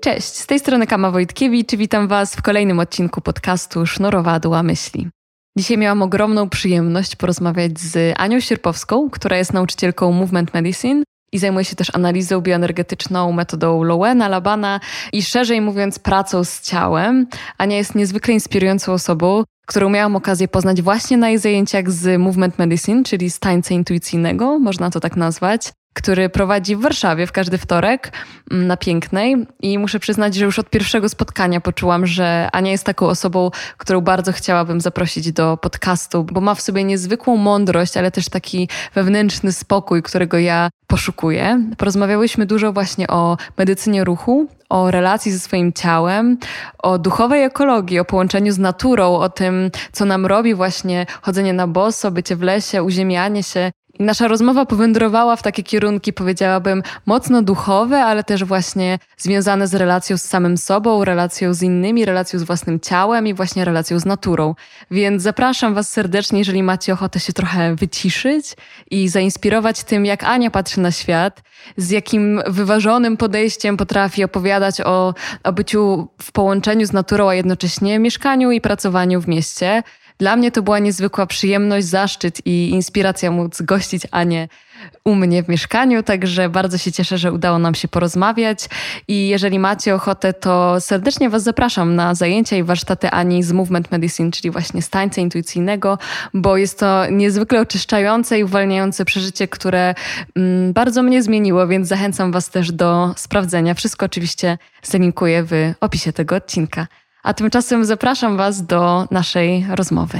Cześć, z tej strony Kama Wojtkiewicz i witam Was w kolejnym odcinku podcastu Sznurowadła Myśli. Dzisiaj miałam ogromną przyjemność porozmawiać z Anią Sierpowską, która jest nauczycielką Movement Medicine i zajmuje się też analizą bioenergetyczną, metodą Lowena, Labana i szerzej mówiąc pracą z ciałem. Ania jest niezwykle inspirującą osobą, którą miałam okazję poznać właśnie na jej zajęciach z Movement Medicine, czyli z tańca intuicyjnego, można to tak nazwać, który prowadzi w Warszawie w każdy wtorek na Pięknej. I muszę przyznać, że już od pierwszego spotkania poczułam, że Ania jest taką osobą, którą bardzo chciałabym zaprosić do podcastu, bo ma w sobie niezwykłą mądrość, ale też taki wewnętrzny spokój, którego ja poszukuję. Porozmawiałyśmy dużo właśnie o medycynie ruchu, o relacji ze swoim ciałem, o duchowej ekologii, o połączeniu z naturą, o tym, co nam robi właśnie chodzenie na boso, bycie w lesie, uziemianie się. I nasza rozmowa powędrowała w takie kierunki, powiedziałabym, mocno duchowe, ale też właśnie związane z relacją z samym sobą, relacją z innymi, relacją z własnym ciałem i właśnie relacją z naturą. Więc zapraszam Was serdecznie, jeżeli macie ochotę się trochę wyciszyć i zainspirować tym, jak Ania patrzy na świat, z jakim wyważonym podejściem potrafi opowiadać o byciu w połączeniu z naturą, a jednocześnie mieszkaniu i pracowaniu w mieście. Dla mnie to była niezwykła przyjemność, zaszczyt i inspiracja móc gościć Anię u mnie w mieszkaniu, także bardzo się cieszę, że udało nam się porozmawiać i jeżeli macie ochotę, to serdecznie Was zapraszam na zajęcia i warsztaty Ani z Movement Medicine, czyli właśnie z tańca intuicyjnego, bo jest to niezwykle oczyszczające i uwalniające przeżycie, które bardzo mnie zmieniło, więc zachęcam Was też do sprawdzenia. Wszystko oczywiście zalinkuję w opisie tego odcinka. A tymczasem zapraszam Was do naszej rozmowy.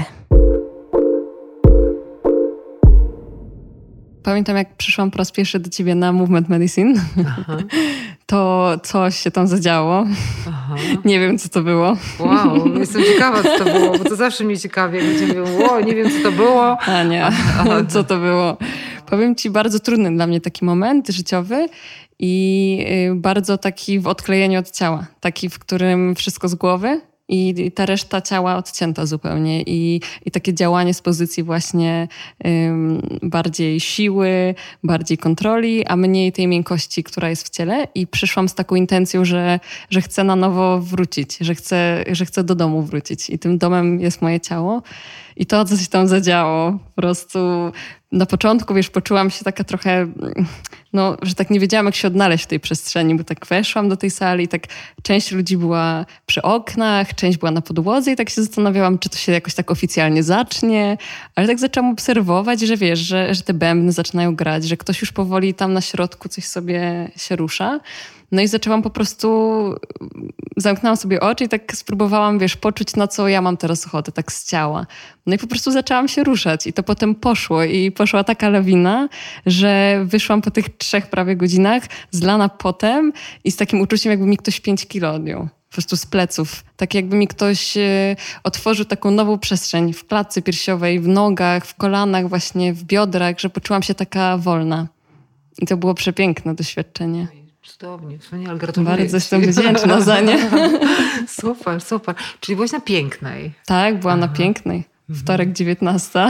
Pamiętam, jak przyszłam po raz pierwszy do Ciebie na Movement Medicine, to coś się tam zadziało. Aha. Nie wiem, co to było. Wow, jestem ciekawa, co to było, bo to zawsze mnie ciekawi, jak ludzie mówią, nie wiem, co to było. A nie, co to było. Powiem Ci, bardzo trudny dla mnie taki moment życiowy i bardzo taki w odklejeniu od ciała. Taki, w którym wszystko z głowy i ta reszta ciała odcięta zupełnie. I takie działanie z pozycji właśnie bardziej siły, bardziej kontroli, a mniej tej miękkości, która jest w ciele. I przyszłam z taką intencją, że chcę na nowo wrócić, że chcę do domu wrócić. I tym domem jest moje ciało. I to, co się tam zadziało, po prostu na początku, poczułam się taka trochę, że tak nie wiedziałam, jak się odnaleźć w tej przestrzeni, bo tak weszłam do tej sali i tak część ludzi była przy oknach, część była na podłodze i tak się zastanawiałam, czy to się jakoś tak oficjalnie zacznie, ale tak zaczęłam obserwować, że że te bębny zaczynają grać, że ktoś już powoli tam na środku coś sobie się rusza. No i zaczęłam po prostu, zamknęłam sobie oczy i tak spróbowałam, poczuć, na co ja mam teraz ochotę, tak z ciała. No i po prostu zaczęłam się ruszać i to potem poszło i poszła taka lawina, że wyszłam po tych 3 prawie godzinach zlana potem i z takim uczuciem, jakby mi ktoś 5 kilo odjął. Po prostu z pleców. Tak jakby mi ktoś otworzył taką nową przestrzeń w klatce piersiowej, w nogach, w kolanach, właśnie w biodrach, że poczułam się taka wolna. I to było przepiękne doświadczenie. Cudownie, wspaniale, gratuluję. Bardzo jestem wdzięczna za nie. Super, super. Czyli byłaś na Pięknej. Tak, byłam na Pięknej. Wtorek 19.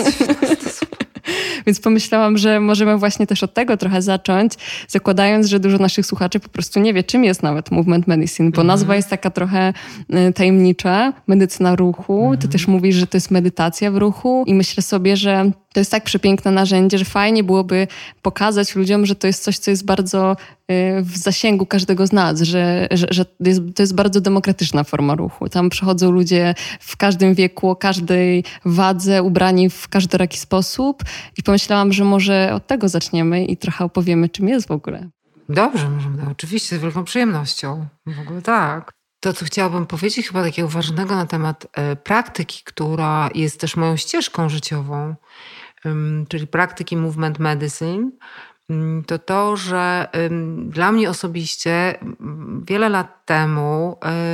Więc pomyślałam, że możemy właśnie też od tego trochę zacząć, zakładając, że dużo naszych słuchaczy po prostu nie wie, czym jest nawet Movement Medicine, bo nazwa jest taka trochę tajemnicza, medycyna ruchu. Ty też mówisz, że to jest medytacja w ruchu i myślę sobie, że to jest tak przepiękne narzędzie, że fajnie byłoby pokazać ludziom, że to jest coś, co jest bardzo w zasięgu każdego z nas, że to jest bardzo demokratyczna forma ruchu. Tam przychodzą ludzie w każdym wieku, o każdej wadze, ubrani w każdoraki sposób i pomyślałam, że może od tego zaczniemy i trochę opowiemy, czym jest w ogóle. Dobrze, możemy, oczywiście, z wielką przyjemnością. W ogóle tak. To, co chciałabym powiedzieć chyba takiego ważnego na temat praktyki, która jest też moją ścieżką życiową, czyli praktyki Movement Medicine, to, że dla mnie osobiście wiele lat temu,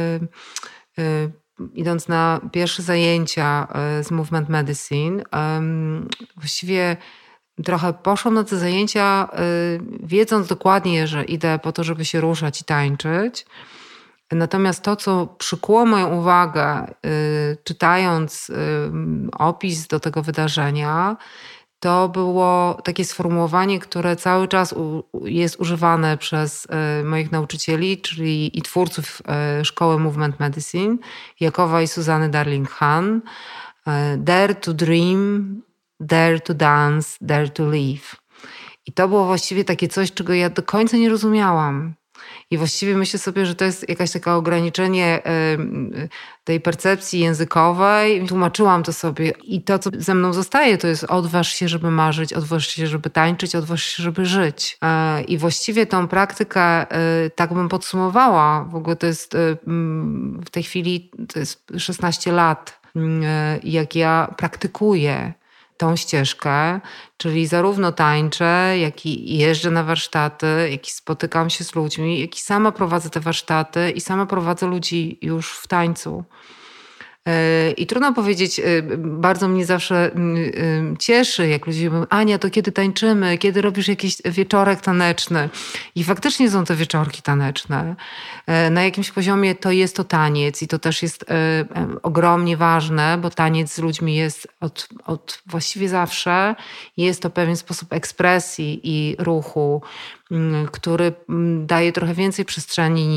idąc na pierwsze zajęcia z Movement Medicine, właściwie trochę poszłam na te zajęcia, wiedząc dokładnie, że idę po to, żeby się ruszać i tańczyć. Natomiast to, co przykuło moją uwagę, czytając opis do tego wydarzenia, to było takie sformułowanie, które cały czas jest używane przez moich nauczycieli, czyli i twórców szkoły Movement Medicine, Jakowa i Suzanny Darling-Hahn. Dare to dream, dare to dance, dare to live. I to było właściwie takie coś, czego ja do końca nie rozumiałam. I właściwie myślę sobie, że to jest jakaś taka ograniczenie tej percepcji językowej. Tłumaczyłam to sobie i to, co ze mną zostaje, to jest odważ się, żeby marzyć, odważ się, żeby tańczyć, odważ się, żeby żyć. I właściwie tą praktykę tak bym podsumowała. W ogóle to jest w tej chwili to jest 16 lat, jak ja praktykuję tą ścieżkę, czyli zarówno tańczę, jak i jeżdżę na warsztaty, jak i spotykam się z ludźmi, jak i sama prowadzę te warsztaty i sama prowadzę ludzi już w tańcu. I trudno powiedzieć, bardzo mnie zawsze cieszy, jak ludzie mówią: Ania, to kiedy tańczymy, kiedy robisz jakiś wieczorek taneczny? I faktycznie są te wieczorki taneczne. Na jakimś poziomie to jest to taniec i to też jest ogromnie ważne, bo taniec z ludźmi jest od właściwie zawsze. Jest to pewien sposób ekspresji i ruchu, który daje trochę więcej przestrzeni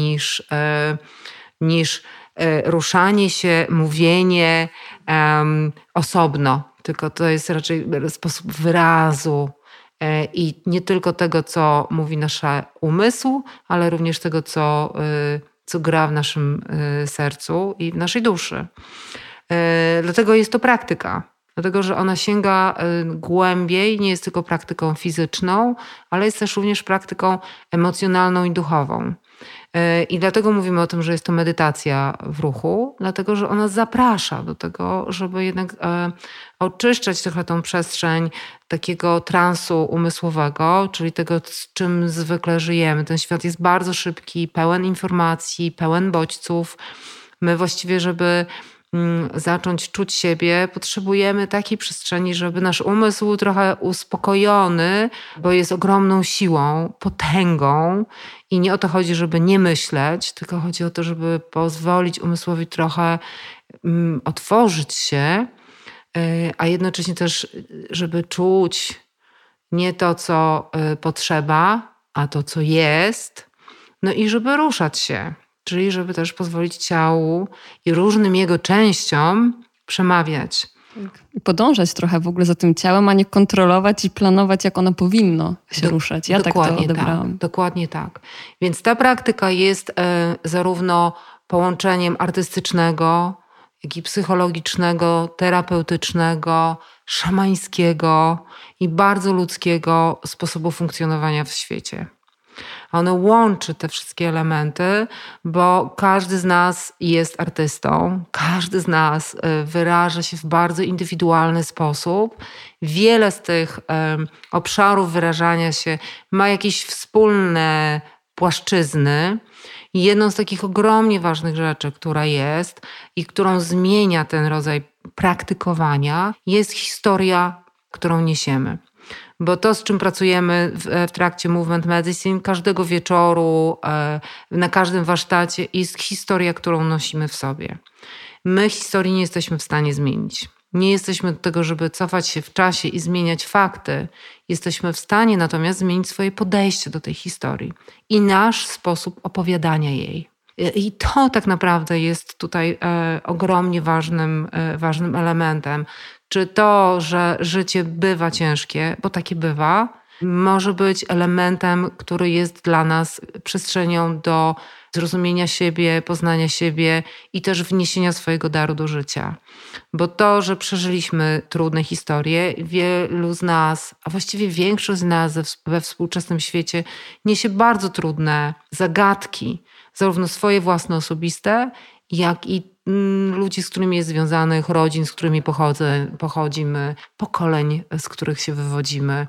niż ruszanie się, mówienie osobno, tylko to jest raczej sposób wyrazu i nie tylko tego, co mówi nasz umysł, ale również tego, co gra w naszym sercu i w naszej duszy. Dlatego jest to praktyka. Dlatego, że ona sięga głębiej, nie jest tylko praktyką fizyczną, ale jest też również praktyką emocjonalną i duchową. I dlatego mówimy o tym, że jest to medytacja w ruchu, dlatego że ona zaprasza do tego, żeby jednak oczyszczać trochę tą przestrzeń takiego transu umysłowego, czyli tego, z czym zwykle żyjemy. Ten świat jest bardzo szybki, pełen informacji, pełen bodźców. My właściwie, żeby zacząć czuć siebie, potrzebujemy takiej przestrzeni, żeby nasz umysł był trochę uspokojony, bo jest ogromną siłą, potęgą i nie o to chodzi, żeby nie myśleć, tylko chodzi o to, żeby pozwolić umysłowi trochę otworzyć się, a jednocześnie też, żeby czuć nie to, co potrzeba, a to, co jest, no i żeby ruszać się. Czyli żeby też pozwolić ciału i różnym jego częściom przemawiać. I podążać trochę w ogóle za tym ciałem, a nie kontrolować i planować, jak ono powinno się ruszać. Ja tak to odebrałam. Dokładnie tak. Więc ta praktyka jest zarówno połączeniem artystycznego, jak i psychologicznego, terapeutycznego, szamańskiego i bardzo ludzkiego sposobu funkcjonowania w świecie. Ono łączy te wszystkie elementy, bo każdy z nas jest artystą, każdy z nas wyraża się w bardzo indywidualny sposób. Wiele z tych obszarów wyrażania się ma jakieś wspólne płaszczyzny. I jedną z takich ogromnie ważnych rzeczy, która jest i którą zmienia ten rodzaj praktykowania, jest historia, którą niesiemy. Bo to, z czym pracujemy w trakcie Movement Medicine, każdego wieczoru, na każdym warsztacie jest historia, którą nosimy w sobie. My historii nie jesteśmy w stanie zmienić. Nie jesteśmy do tego, żeby cofać się w czasie i zmieniać fakty. Jesteśmy w stanie natomiast zmienić swoje podejście do tej historii i nasz sposób opowiadania jej. I to tak naprawdę jest tutaj ogromnie ważnym elementem. Czy to, że życie bywa ciężkie, bo takie bywa, może być elementem, który jest dla nas przestrzenią do zrozumienia siebie, poznania siebie i też wniesienia swojego daru do życia. Bo to, że przeżyliśmy trudne historie, wielu z nas, a właściwie większość z nas we współczesnym świecie niesie bardzo trudne zagadki, zarówno swoje własne osobiste, jak i ludzi, z którymi jest związanych, rodzin, z którymi pochodzimy, pokoleń, z których się wywodzimy.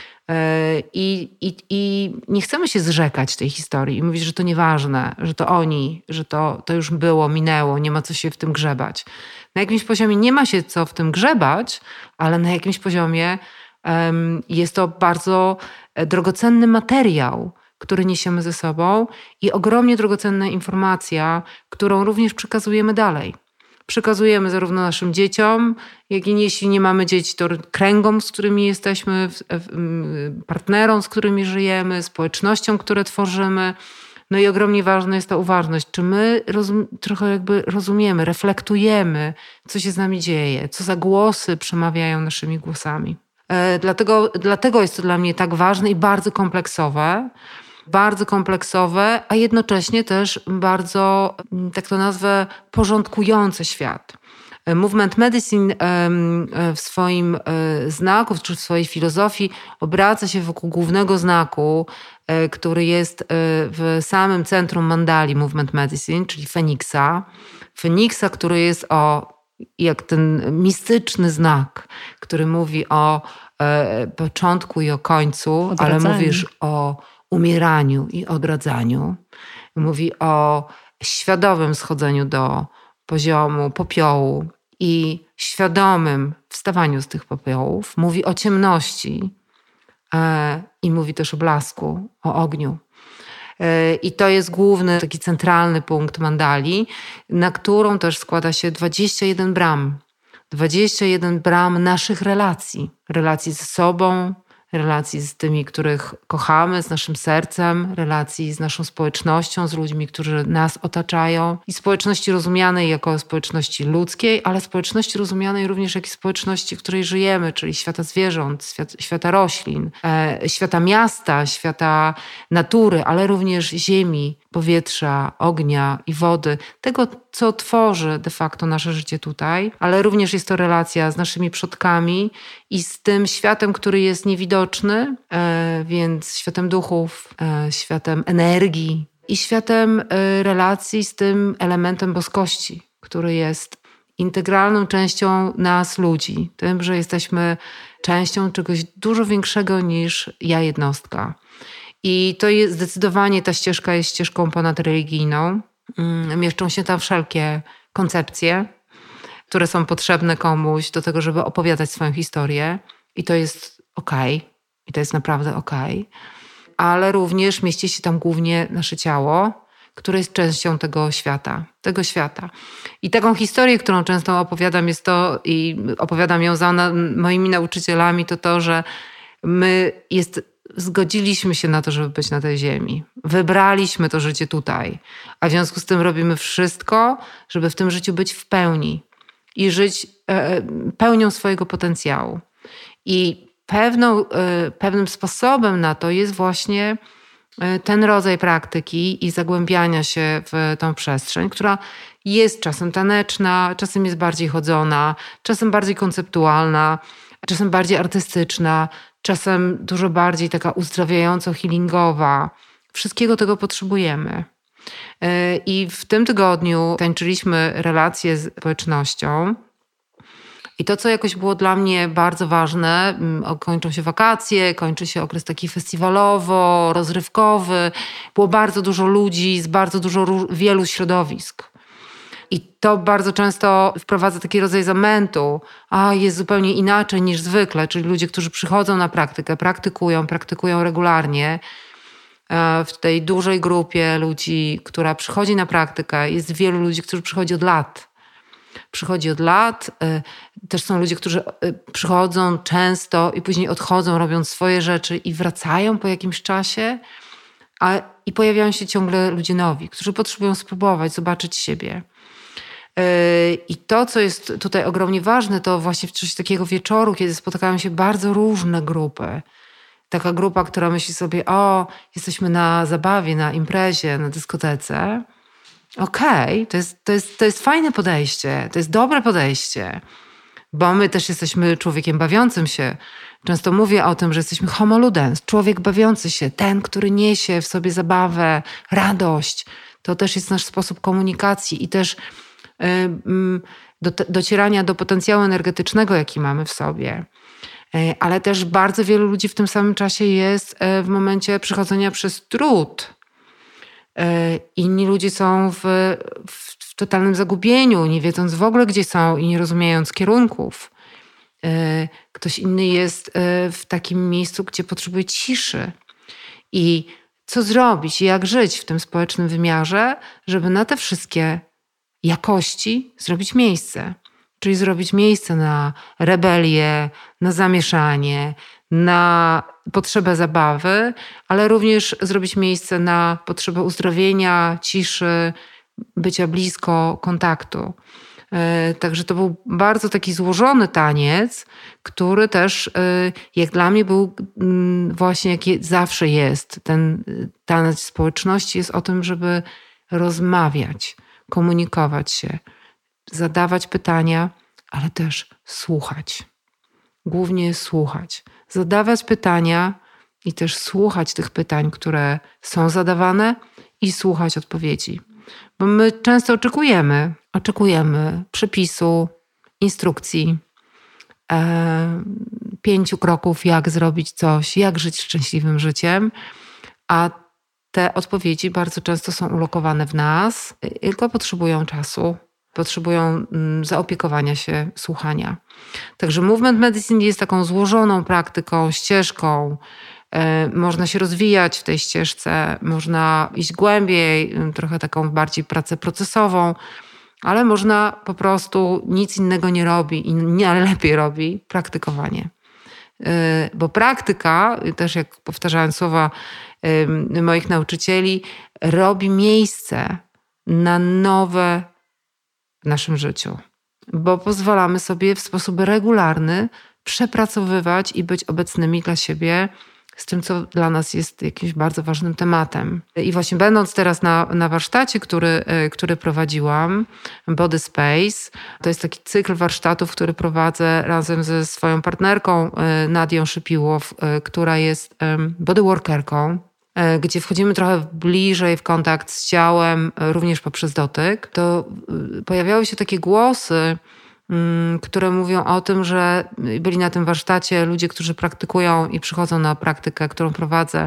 I nie chcemy się zrzekać tej historii i mówić, że to nieważne, że to oni, że to już było, minęło, nie ma co się w tym grzebać. Na jakimś poziomie nie ma się co w tym grzebać, ale na jakimś poziomie jest to bardzo drogocenny materiał, który niesiemy ze sobą i ogromnie drogocenna informacja, którą również przekazujemy dalej. przekazujemy zarówno naszym dzieciom, jak i jeśli nie mamy dzieci, to kręgom, z którymi jesteśmy, partnerom, z którymi żyjemy, społecznościom, które tworzymy. No i ogromnie ważna jest ta uważność. Czy my trochę jakby rozumiemy, reflektujemy, co się z nami dzieje, co za głosy przemawiają naszymi głosami. Dlatego jest to dla mnie tak ważne i bardzo kompleksowe, a jednocześnie też bardzo, tak to nazwę, porządkujące świat. Movement Medicine w swoim znaku, czy w swojej filozofii obraca się wokół głównego znaku, który jest w samym centrum mandali Movement Medicine, czyli Feniksa. Feniksa, który jest jak ten mistyczny znak, który mówi o początku i o końcu, ale mówisz o umieraniu i odradzaniu. Mówi o świadomym schodzeniu do poziomu popiołu i świadomym wstawaniu z tych popiołów. Mówi o ciemności i mówi też o blasku, o ogniu. I to jest główny, taki centralny punkt mandali, na którą też składa się 21 bram. 21 bram naszych relacji. Relacji ze sobą, relacji z tymi, których kochamy, z naszym sercem, relacji z naszą społecznością, z ludźmi, którzy nas otaczają. I społeczności rozumianej jako społeczności ludzkiej, ale społeczności rozumianej również jako społeczności, w której żyjemy, czyli świata zwierząt, świata roślin, świata miasta, świata natury, ale również ziemi, powietrza, ognia i wody. Tego, co tworzy de facto nasze życie tutaj, ale również jest to relacja z naszymi przodkami i z tym światem, który jest niewidoczny, więc światem duchów, światem energii i światem relacji z tym elementem boskości, który jest integralną częścią nas, ludzi. Tym, że jesteśmy częścią czegoś dużo większego niż ja, jednostka. I to jest zdecydowanie, ta ścieżka jest ścieżką ponadreligijną. Mieszczą się tam wszelkie koncepcje, które są potrzebne komuś do tego, żeby opowiadać swoją historię. I to jest okej. I to jest naprawdę okej. Ale również mieści się tam głównie nasze ciało, które jest częścią tego świata. I taką historię, którą często opowiadam, jest to, i opowiadam ją za moimi nauczycielami, to, że zgodziliśmy się na to, żeby być na tej ziemi. Wybraliśmy to życie tutaj. A w związku z tym robimy wszystko, żeby w tym życiu być w pełni i żyć pełnią swojego potencjału. I pewnym sposobem na to jest właśnie ten rodzaj praktyki i zagłębiania się w tą przestrzeń, która jest czasem taneczna, czasem jest bardziej chodzona, czasem bardziej konceptualna, czasem bardziej artystyczna, czasem dużo bardziej taka uzdrawiająco-healingowa. Wszystkiego tego potrzebujemy. I w tym tygodniu tańczyliśmy relacje z społecznością. I to, co jakoś było dla mnie bardzo ważne, kończą się wakacje, kończy się okres taki festiwalowo-rozrywkowy. Było bardzo dużo ludzi z wielu środowisk. I to bardzo często wprowadza taki rodzaj zamętu. Jest zupełnie inaczej niż zwykle. Czyli ludzie, którzy przychodzą na praktykę, praktykują regularnie. W tej dużej grupie ludzi, która przychodzi na praktykę, jest wielu ludzi, którzy przychodzi od lat. Też są ludzie, którzy przychodzą często i później odchodzą, robią swoje rzeczy i wracają po jakimś czasie. I pojawiają się ciągle ludzie nowi, którzy potrzebują spróbować, zobaczyć siebie. I to, co jest tutaj ogromnie ważne, to właśnie w czasie takiego wieczoru, kiedy spotykają się bardzo różne grupy. Taka grupa, która myśli sobie, jesteśmy na zabawie, na imprezie, na dyskotece. Okej, to jest fajne podejście, to jest dobre podejście, bo my też jesteśmy człowiekiem bawiącym się. Często mówię o tym, że jesteśmy homo ludens, człowiek bawiący się, ten, który niesie w sobie zabawę, radość. To też jest nasz sposób komunikacji i też docierania do potencjału energetycznego, jaki mamy w sobie. Ale też bardzo wielu ludzi w tym samym czasie jest w momencie przechodzenia przez trud. Inni ludzie są w totalnym zagubieniu, nie wiedząc w ogóle, gdzie są i nie rozumiejąc kierunków. Ktoś inny jest w takim miejscu, gdzie potrzebuje ciszy. I co zrobić i jak żyć w tym społecznym wymiarze, żeby na te wszystkie jakości zrobić miejsce. Czyli zrobić miejsce na rebelię, na zamieszanie, na potrzebę zabawy, ale również zrobić miejsce na potrzebę uzdrowienia, ciszy, bycia blisko, kontaktu. Także to był bardzo taki złożony taniec, który też jak dla mnie był właśnie, jak zawsze jest. Ten taniec społeczności jest o tym, żeby rozmawiać, komunikować się, zadawać pytania, ale też słuchać. Głównie słuchać. Zadawać pytania i też słuchać tych pytań, które są zadawane i słuchać odpowiedzi. Bo my często oczekujemy przepisu, instrukcji, 5 kroków, jak zrobić coś, jak żyć szczęśliwym życiem, a te odpowiedzi bardzo często są ulokowane w nas, tylko potrzebują czasu, potrzebują zaopiekowania się, słuchania. Także Movement Medicine jest taką złożoną praktyką, ścieżką. Można się rozwijać w tej ścieżce, można iść głębiej, trochę taką bardziej pracę procesową, ale można po prostu nic innego nie robi i najlepiej robi praktykowanie. Bo praktyka, też jak powtarzałem słowa moich nauczycieli, robi miejsce na nowe w naszym życiu. Bo pozwalamy sobie w sposób regularny przepracowywać i być obecnymi dla siebie z tym, co dla nas jest jakimś bardzo ważnym tematem. I właśnie będąc teraz na warsztacie, który prowadziłam, Body Space, to jest taki cykl warsztatów, który prowadzę razem ze swoją partnerką Nadią Szypiłow, która jest bodyworkerką, gdzie wchodzimy trochę bliżej w kontakt z ciałem, również poprzez dotyk, to pojawiały się takie głosy, które mówią o tym, że byli na tym warsztacie ludzie, którzy praktykują i przychodzą na praktykę, którą prowadzę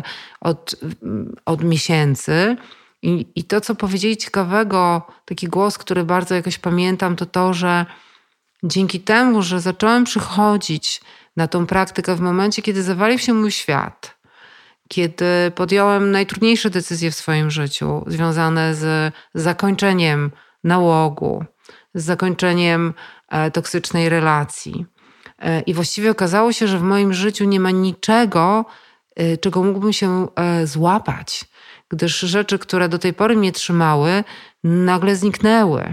od miesięcy. I to, co powiedzieli ciekawego, taki głos, który bardzo jakoś pamiętam, to to, że dzięki temu, że zacząłem przychodzić na tą praktykę w momencie, kiedy zawalił się mój świat, kiedy podjąłem najtrudniejsze decyzje w swoim życiu związane z zakończeniem nałogu, z zakończeniem toksycznej relacji. I właściwie okazało się, że w moim życiu nie ma niczego, czego mógłbym się złapać, gdyż rzeczy, które do tej pory mnie trzymały, nagle zniknęły.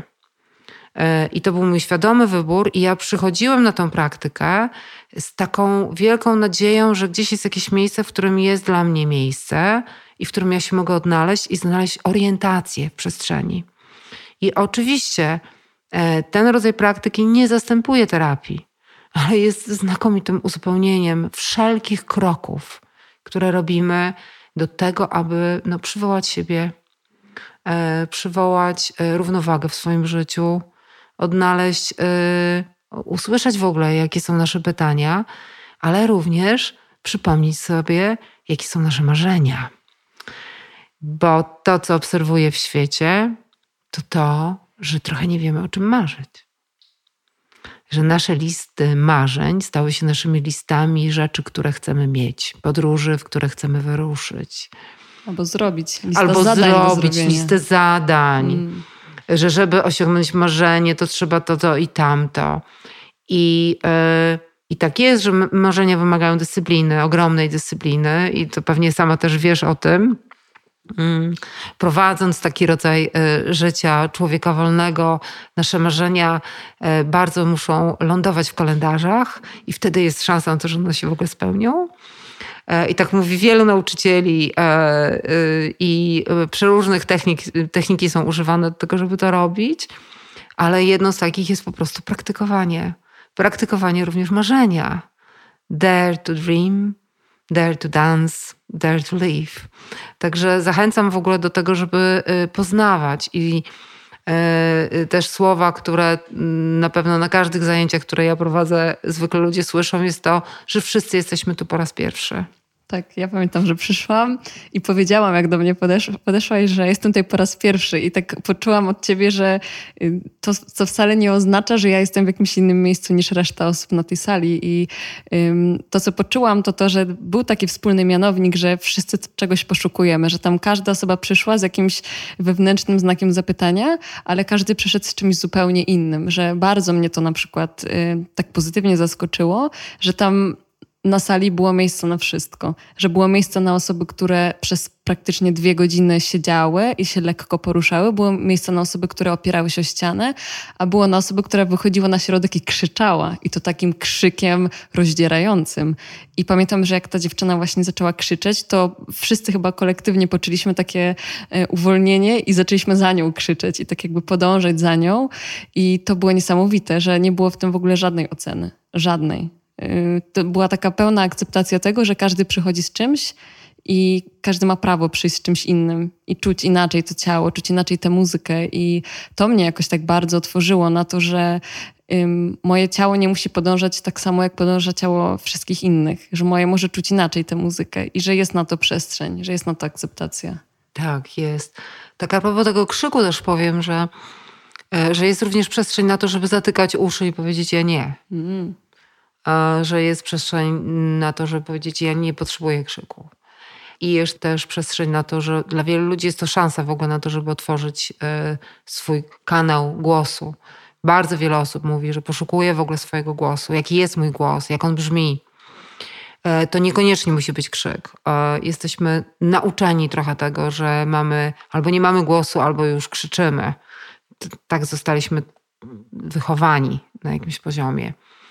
I to był mój świadomy wybór i ja przychodziłem na tą praktykę z taką wielką nadzieją, że gdzieś jest jakieś miejsce, w którym jest dla mnie miejsce i w którym ja się mogę odnaleźć i znaleźć orientację w przestrzeni. I oczywiście ten rodzaj praktyki nie zastępuje terapii, ale jest znakomitym uzupełnieniem wszelkich kroków, które robimy do tego, aby przywołać siebie, przywołać równowagę w swoim życiu, odnaleźć, usłyszeć w ogóle, jakie są nasze pytania, ale również przypomnieć sobie, jakie są nasze marzenia. Bo to, co obserwuję w świecie, to, że trochę nie wiemy, o czym marzyć. Że nasze listy marzeń stały się naszymi listami rzeczy, które chcemy mieć, podróży, w które chcemy wyruszyć. Albo zrobić listę zadań. Że żeby osiągnąć marzenie, to trzeba to i tamto. I tak jest, że marzenia wymagają dyscypliny, ogromnej dyscypliny i to pewnie sama też wiesz o tym. Prowadząc taki rodzaj życia człowieka wolnego, nasze marzenia bardzo muszą lądować w kalendarzach i wtedy jest szansa na to, że one się w ogóle spełnią. I tak mówi wielu nauczycieli i przeróżnych techniki są używane do tego, żeby to robić, ale jedną z takich jest po prostu praktykowanie. Praktykowanie również marzenia. Dare to dream, dare to dance, dare to live. Także zachęcam w ogóle do tego, żeby poznawać i też słowa, które na pewno na każdych zajęciach, które ja prowadzę, zwykle ludzie słyszą, jest to, że wszyscy jesteśmy tu po raz pierwszy. Tak, ja pamiętam, że przyszłam i powiedziałam, jak do mnie podeszłaś, że jestem tutaj po raz pierwszy i tak poczułam od ciebie, że to, co wcale nie oznacza, że ja jestem w jakimś innym miejscu niż reszta osób na tej sali i to, co poczułam, to, że był taki wspólny mianownik, że wszyscy czegoś poszukujemy, że tam każda osoba przyszła z jakimś wewnętrznym znakiem zapytania, ale każdy przyszedł z czymś zupełnie innym, że bardzo mnie to na przykład tak pozytywnie zaskoczyło, że tam na sali było miejsce na wszystko. Że było miejsce na osoby, które przez praktycznie 2 godziny siedziały i się lekko poruszały. Było miejsce na osoby, które opierały się o ścianę, a było na osoby, która wychodziła na środek i krzyczała. I to takim krzykiem rozdzierającym. I pamiętam, że jak ta dziewczyna właśnie zaczęła krzyczeć, to wszyscy chyba kolektywnie poczuliśmy takie uwolnienie i zaczęliśmy za nią krzyczeć i tak jakby podążać za nią. I to było niesamowite, że nie było w tym w ogóle żadnej oceny. Żadnej. To była taka pełna akceptacja tego, że każdy przychodzi z czymś i każdy ma prawo przyjść z czymś innym i czuć inaczej to ciało, czuć inaczej tę muzykę. I to mnie jakoś tak bardzo otworzyło na to, że moje ciało nie musi podążać tak samo, jak podąża ciało wszystkich innych. Że moje może czuć inaczej tę muzykę i że jest na to przestrzeń, że jest na to akceptacja. Tak, jest. Tak a propos tego krzyku też powiem, że jest również przestrzeń na to, żeby zatykać uszy i powiedzieć ja nie. Że jest przestrzeń na to, żeby powiedzieć ja nie potrzebuję krzyku. I jest też przestrzeń na to, że dla wielu ludzi jest to szansa w ogóle na to, żeby otworzyć swój kanał głosu. Bardzo wiele osób mówi, że poszukuje w ogóle swojego głosu. Jaki jest mój głos, jak on brzmi. To niekoniecznie musi być krzyk. Jesteśmy nauczeni trochę tego, że mamy albo nie mamy głosu, albo już krzyczymy. Tak zostaliśmy wychowani na jakimś poziomie.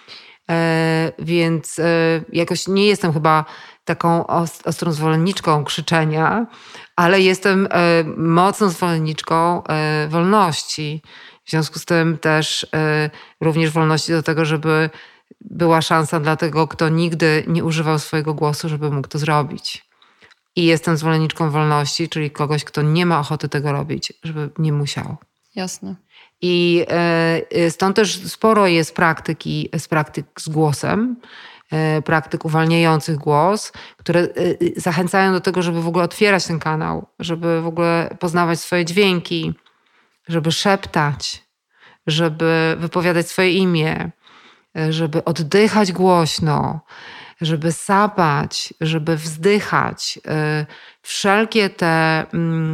Więc jakoś nie jestem chyba taką ostrą zwolenniczką krzyczenia, ale jestem mocną zwolenniczką wolności. W związku z tym też również wolności do tego, żeby była szansa dla tego, kto nigdy nie używał swojego głosu, żeby mógł to zrobić. I jestem zwolenniczką wolności, czyli kogoś, kto nie ma ochoty tego robić, żeby nie musiał. Jasne. I stąd też sporo jest praktyk z głosem, praktyk uwalniających głos, które zachęcają do tego, żeby w ogóle otwierać ten kanał, żeby w ogóle poznawać swoje dźwięki, żeby szeptać, żeby wypowiadać swoje imię, żeby oddychać głośno, żeby sapać, żeby wzdychać. Wszelkie te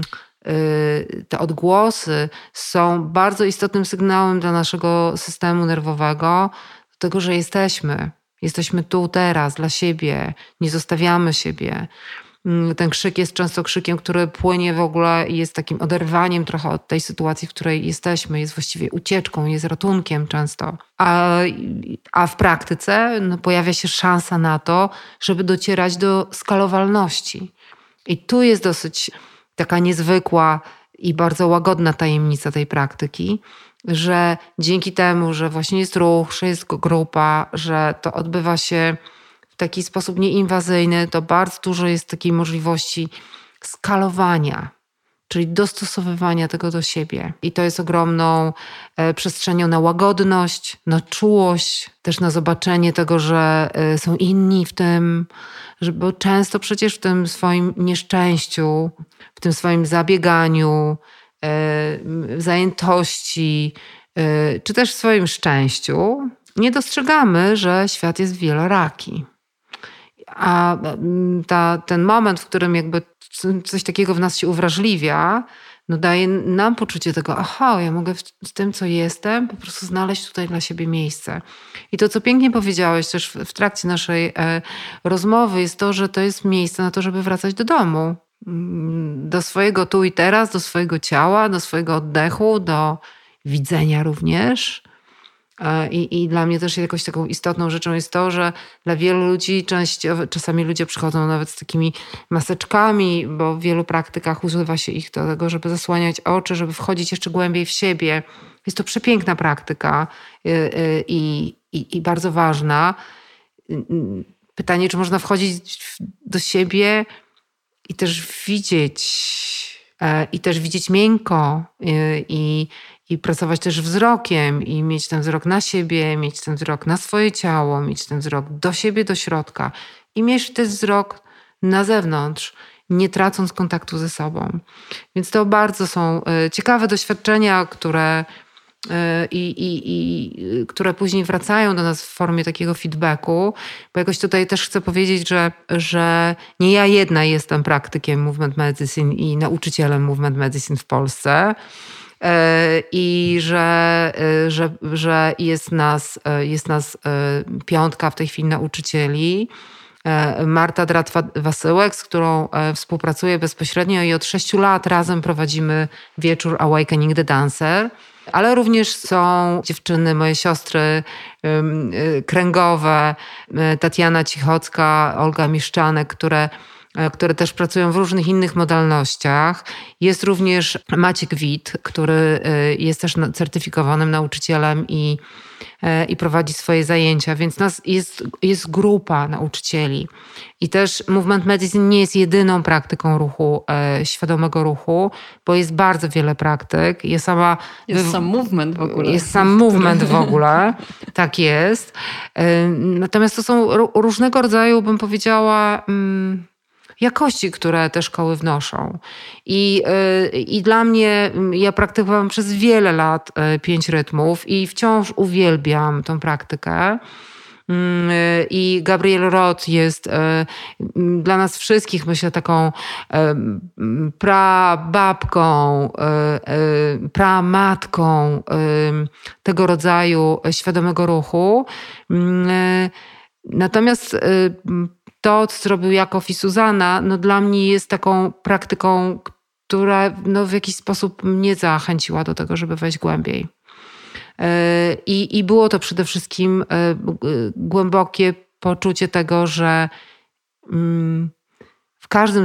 odgłosy są bardzo istotnym sygnałem dla naszego systemu nerwowego, do tego, że jesteśmy tu teraz dla siebie, nie zostawiamy siebie. Ten krzyk jest często krzykiem, który płynie w ogóle i jest takim oderwaniem trochę od tej sytuacji, w której jesteśmy. Jest właściwie ucieczką, jest ratunkiem często. A w praktyce pojawia się szansa na to, żeby docierać do skalowalności. I tu jest dosyć taka niezwykła i bardzo łagodna tajemnica tej praktyki, że dzięki temu, że właśnie jest ruch, że jest grupa, że to odbywa się w taki sposób nieinwazyjny, to bardzo dużo jest takiej możliwości skalowania, czyli dostosowywania tego do siebie. I to jest ogromną przestrzenią na łagodność, na czułość, też na zobaczenie tego, że są inni w tym, bo często przecież w tym swoim nieszczęściu, w tym swoim zabieganiu, zajętości, czy też w swoim szczęściu nie dostrzegamy, że świat jest wieloraki. A ten moment, w którym jakby coś takiego w nas się uwrażliwia, daje nam poczucie tego, aha, ja mogę z tym, co jestem, po prostu znaleźć tutaj dla siebie miejsce. I to, co pięknie powiedziałeś też w trakcie naszej rozmowy, jest to, że to jest miejsce na to, żeby wracać do domu. Do swojego tu i teraz, do swojego ciała, do swojego oddechu, do widzenia również. I dla mnie też jakoś taką istotną rzeczą jest to, że dla wielu ludzi czasami ludzie przychodzą nawet z takimi maseczkami, bo w wielu praktykach używa się ich do tego, żeby zasłaniać oczy, żeby wchodzić jeszcze głębiej w siebie. Jest to przepiękna praktyka i bardzo ważna. Pytanie, czy można wchodzić do siebie i też widzieć miękko i pracować też wzrokiem i mieć ten wzrok na siebie, mieć ten wzrok na swoje ciało, mieć ten wzrok do siebie, do środka i mieć ten wzrok na zewnątrz, nie tracąc kontaktu ze sobą. Więc to bardzo są ciekawe doświadczenia, które później wracają do nas w formie takiego feedbacku, bo jakoś tutaj też chcę powiedzieć, że nie ja jedna jestem praktykiem Movement Medicine i nauczycielem Movement Medicine w Polsce i że jest nas 5 w tej chwili nauczycieli. Marta Drat-Wasyłek, z którą współpracuję bezpośrednio i od 6 lat razem prowadzimy wieczór Awakening the Dancer. Ale również są dziewczyny, moje siostry kręgowe, Tatiana Cichocka, Olga Miszczanek, które też pracują w różnych innych modalnościach. Jest również Maciek Wit, który jest też certyfikowanym nauczycielem i prowadzi swoje zajęcia, więc nas jest grupa nauczycieli. I też Movement Medicine nie jest jedyną praktyką ruchu, świadomego ruchu, bo jest bardzo wiele praktyk. Jest sam movement w ogóle. Jest sam movement w ogóle, tak jest. Natomiast to są różnego rodzaju, bym powiedziała, jakości, które te szkoły wnoszą. I dla mnie, ja praktykowałam przez wiele lat 5 rytmów i wciąż uwielbiam tą praktykę. I Gabrielle Roth jest dla nas wszystkich, myślę, taką prababką, pramatką tego rodzaju świadomego ruchu. Natomiast to, co zrobił Jakob i Suzanna, dla mnie jest taką praktyką, która w jakiś sposób mnie zachęciła do tego, żeby wejść głębiej. I było to przede wszystkim głębokie poczucie tego, że w każdy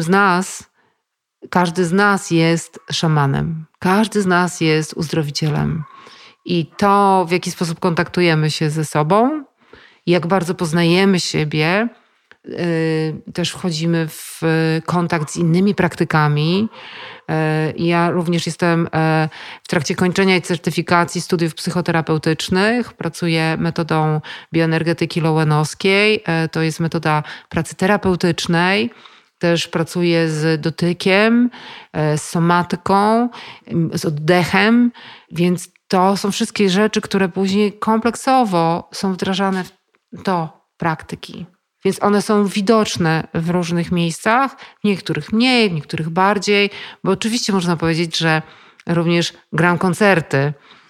z nas jest szamanem. Każdy z nas jest uzdrowicielem. I to, w jaki sposób kontaktujemy się ze sobą, jak bardzo poznajemy siebie, też wchodzimy w kontakt z innymi praktykami. Ja również jestem w trakcie kończenia i certyfikacji studiów psychoterapeutycznych. Pracuję metodą bioenergetyki lowenowskiej. To jest metoda pracy terapeutycznej. Też pracuję z dotykiem, z somatyką, z oddechem. Więc to są wszystkie rzeczy, które później kompleksowo są wdrażane do praktyki. Więc one są widoczne w różnych miejscach, w niektórych mniej, w niektórych bardziej, bo oczywiście można powiedzieć, że również gram koncerty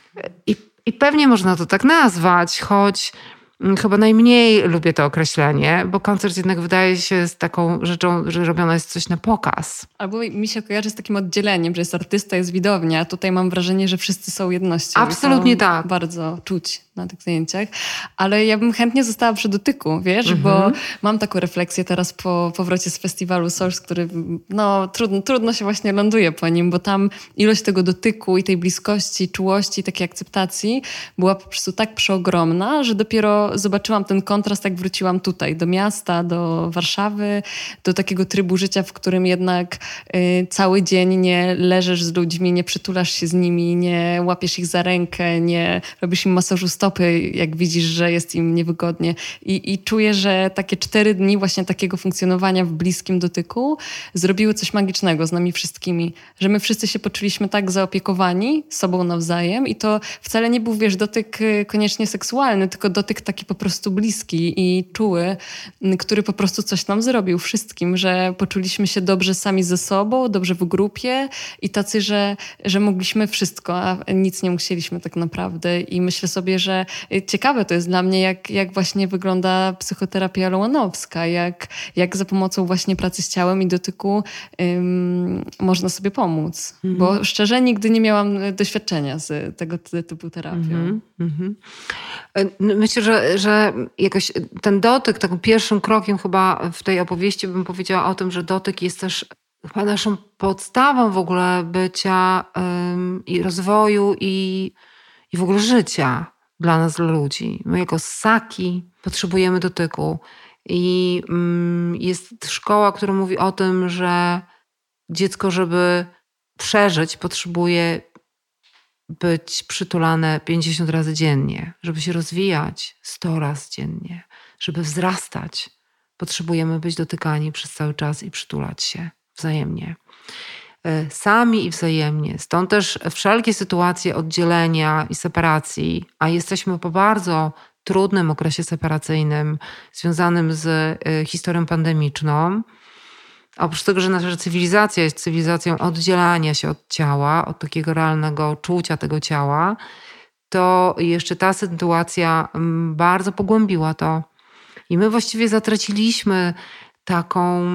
i pewnie można to tak nazwać, choć chyba najmniej lubię to określenie, bo koncert jednak wydaje się z taką rzeczą, że robiona jest coś na pokaz. Albo mi się kojarzy z takim oddzieleniem, że jest artysta, jest widownia, a tutaj mam wrażenie, że wszyscy są jednością. Absolutnie tak. Bardzo czuć na tych zdjęciach. Ale ja bym chętnie została przy dotyku, wiesz, bo mam taką refleksję teraz po powrocie z festiwalu Source, który trudno się właśnie ląduje po nim, bo tam ilość tego dotyku i tej bliskości, czułości, takiej akceptacji była po prostu tak przeogromna, że dopiero zobaczyłam ten kontrast, jak wróciłam tutaj, do miasta, do Warszawy, do takiego trybu życia, w którym jednak cały dzień nie leżysz z ludźmi, nie przytulasz się z nimi, nie łapiesz ich za rękę, nie robisz im masażu stopy, jak widzisz, że jest im niewygodnie. I czuję, że takie 4 dni właśnie takiego funkcjonowania w bliskim dotyku zrobiły coś magicznego z nami wszystkimi. Że my wszyscy się poczuliśmy tak zaopiekowani sobą nawzajem i to wcale nie był, wiesz, dotyk koniecznie seksualny, tylko dotyk taki po prostu bliski i czuły, który po prostu coś nam zrobił wszystkim, że poczuliśmy się dobrze sami ze sobą, dobrze w grupie i tacy, że mogliśmy wszystko, a nic nie musieliśmy tak naprawdę. I myślę sobie, że ciekawe to jest dla mnie, jak właśnie wygląda psychoterapia lowenowska, jak za pomocą właśnie pracy z ciałem i dotyku można sobie pomóc. Bo szczerze nigdy nie miałam doświadczenia z tego typu terapią. Myślę, że jakoś ten dotyk, takim pierwszym krokiem chyba w tej opowieści bym powiedziała o tym, że dotyk jest też chyba naszą podstawą w ogóle bycia i rozwoju i w ogóle życia dla nas, dla ludzi. My jako ssaki potrzebujemy dotyku. I jest szkoła, która mówi o tym, że dziecko, żeby przeżyć, potrzebuje być przytulane 50 razy dziennie, żeby się rozwijać 100 razy dziennie, żeby wzrastać potrzebujemy być dotykani przez cały czas i przytulać się wzajemnie. Sami i wzajemnie. Stąd też wszelkie sytuacje oddzielenia i separacji, a jesteśmy po bardzo trudnym okresie separacyjnym związanym z historią pandemiczną. Oprócz tego, że nasza cywilizacja jest cywilizacją oddzielania się od ciała, od takiego realnego czucia tego ciała, to jeszcze ta sytuacja bardzo pogłębiła to. I my właściwie zatraciliśmy taką,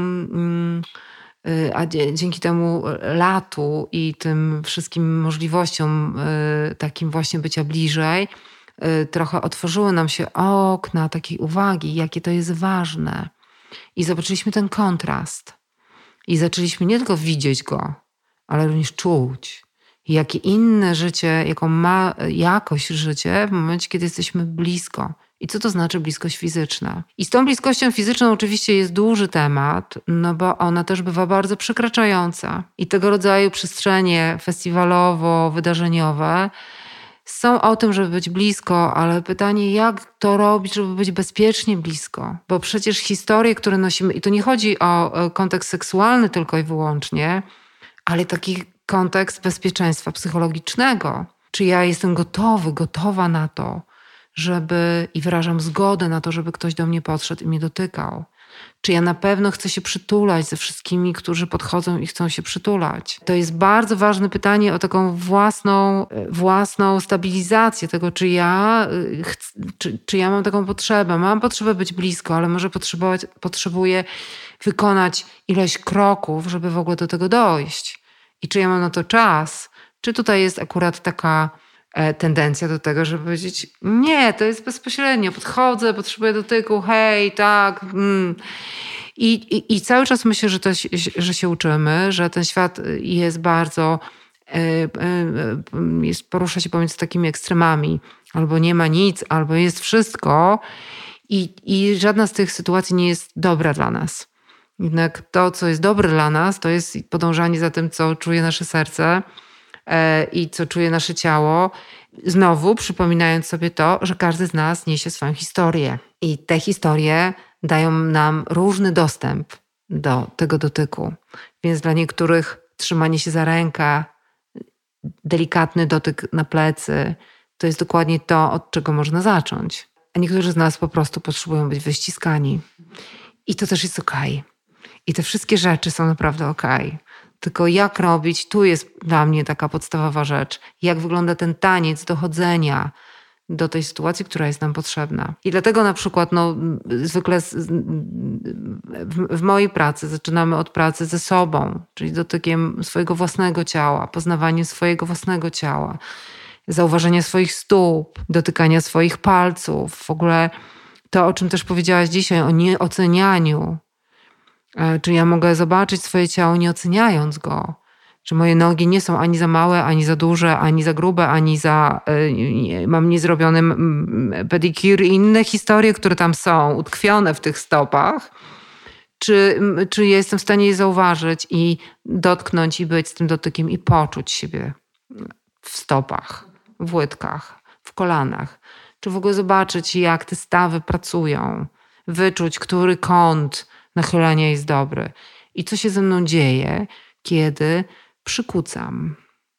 a dzięki temu latu i tym wszystkim możliwościom takim właśnie bycia bliżej, trochę otworzyły nam się okna takiej uwagi, jakie to jest ważne. I zobaczyliśmy ten kontrast. I zaczęliśmy nie tylko widzieć go, ale również czuć. I jakie inne życie, jaką ma jakość życie w momencie, kiedy jesteśmy blisko. I co to znaczy bliskość fizyczna? I z tą bliskością fizyczną oczywiście jest duży temat, no bo ona też bywa bardzo przekraczająca. I tego rodzaju przestrzenie festiwalowo-wydarzeniowe są o tym, żeby być blisko, ale pytanie, jak to robić, żeby być bezpiecznie blisko? Bo przecież historie, które nosimy, i to nie chodzi o kontekst seksualny tylko i wyłącznie, ale taki kontekst bezpieczeństwa psychologicznego. Czy ja jestem gotowa na to, i wyrażam zgodę na to, żeby ktoś do mnie podszedł i mnie dotykał? Czy ja na pewno chcę się przytulać ze wszystkimi, którzy podchodzą i chcą się przytulać? To jest bardzo ważne pytanie o taką własną stabilizację tego, czy ja mam taką potrzebę. Mam potrzebę być blisko, ale może potrzebuję wykonać ileś kroków, żeby w ogóle do tego dojść. I czy ja mam na to czas? Czy tutaj jest akurat taka tendencja do tego, żeby powiedzieć, nie, to jest bezpośrednio, podchodzę, potrzebuję dotyku, hej, tak. I cały czas myślę, że się uczymy, że ten świat jest bardzo, porusza się pomiędzy takimi ekstremami. Albo nie ma nic, albo jest wszystko i żadna z tych sytuacji nie jest dobra dla nas. Jednak to, co jest dobre dla nas, to jest podążanie za tym, co czuje nasze serce i co czuje nasze ciało. Znowu przypominając sobie to, że każdy z nas niesie swoją historię. I te historie dają nam różny dostęp do tego dotyku. Więc dla niektórych trzymanie się za rękę, delikatny dotyk na plecy, to jest dokładnie to, od czego można zacząć. A niektórzy z nas po prostu potrzebują być wyściskani. I to też jest okej. I te wszystkie rzeczy są naprawdę okej. Tylko jak robić, tu jest dla mnie taka podstawowa rzecz. Jak wygląda ten taniec dochodzenia do tej sytuacji, która jest nam potrzebna. I dlatego na przykład zwykle w mojej pracy zaczynamy od pracy ze sobą, czyli dotykiem swojego własnego ciała, poznawaniem swojego własnego ciała, zauważenia swoich stóp, dotykania swoich palców. W ogóle to, o czym też powiedziałaś dzisiaj, o nieocenianiu. Czy ja mogę zobaczyć swoje ciało nie oceniając go? Czy moje nogi nie są ani za małe, ani za duże, ani za grube, mam niezrobiony pedicure i inne historie, które tam są utkwione w tych stopach. Czy ja jestem w stanie je zauważyć i dotknąć i być z tym dotykiem i poczuć siebie w stopach, w łydkach, w kolanach? Czy w ogóle zobaczyć, jak te stawy pracują? Wyczuć, który kąt nachylenia jest dobry. I co się ze mną dzieje, kiedy przykucam.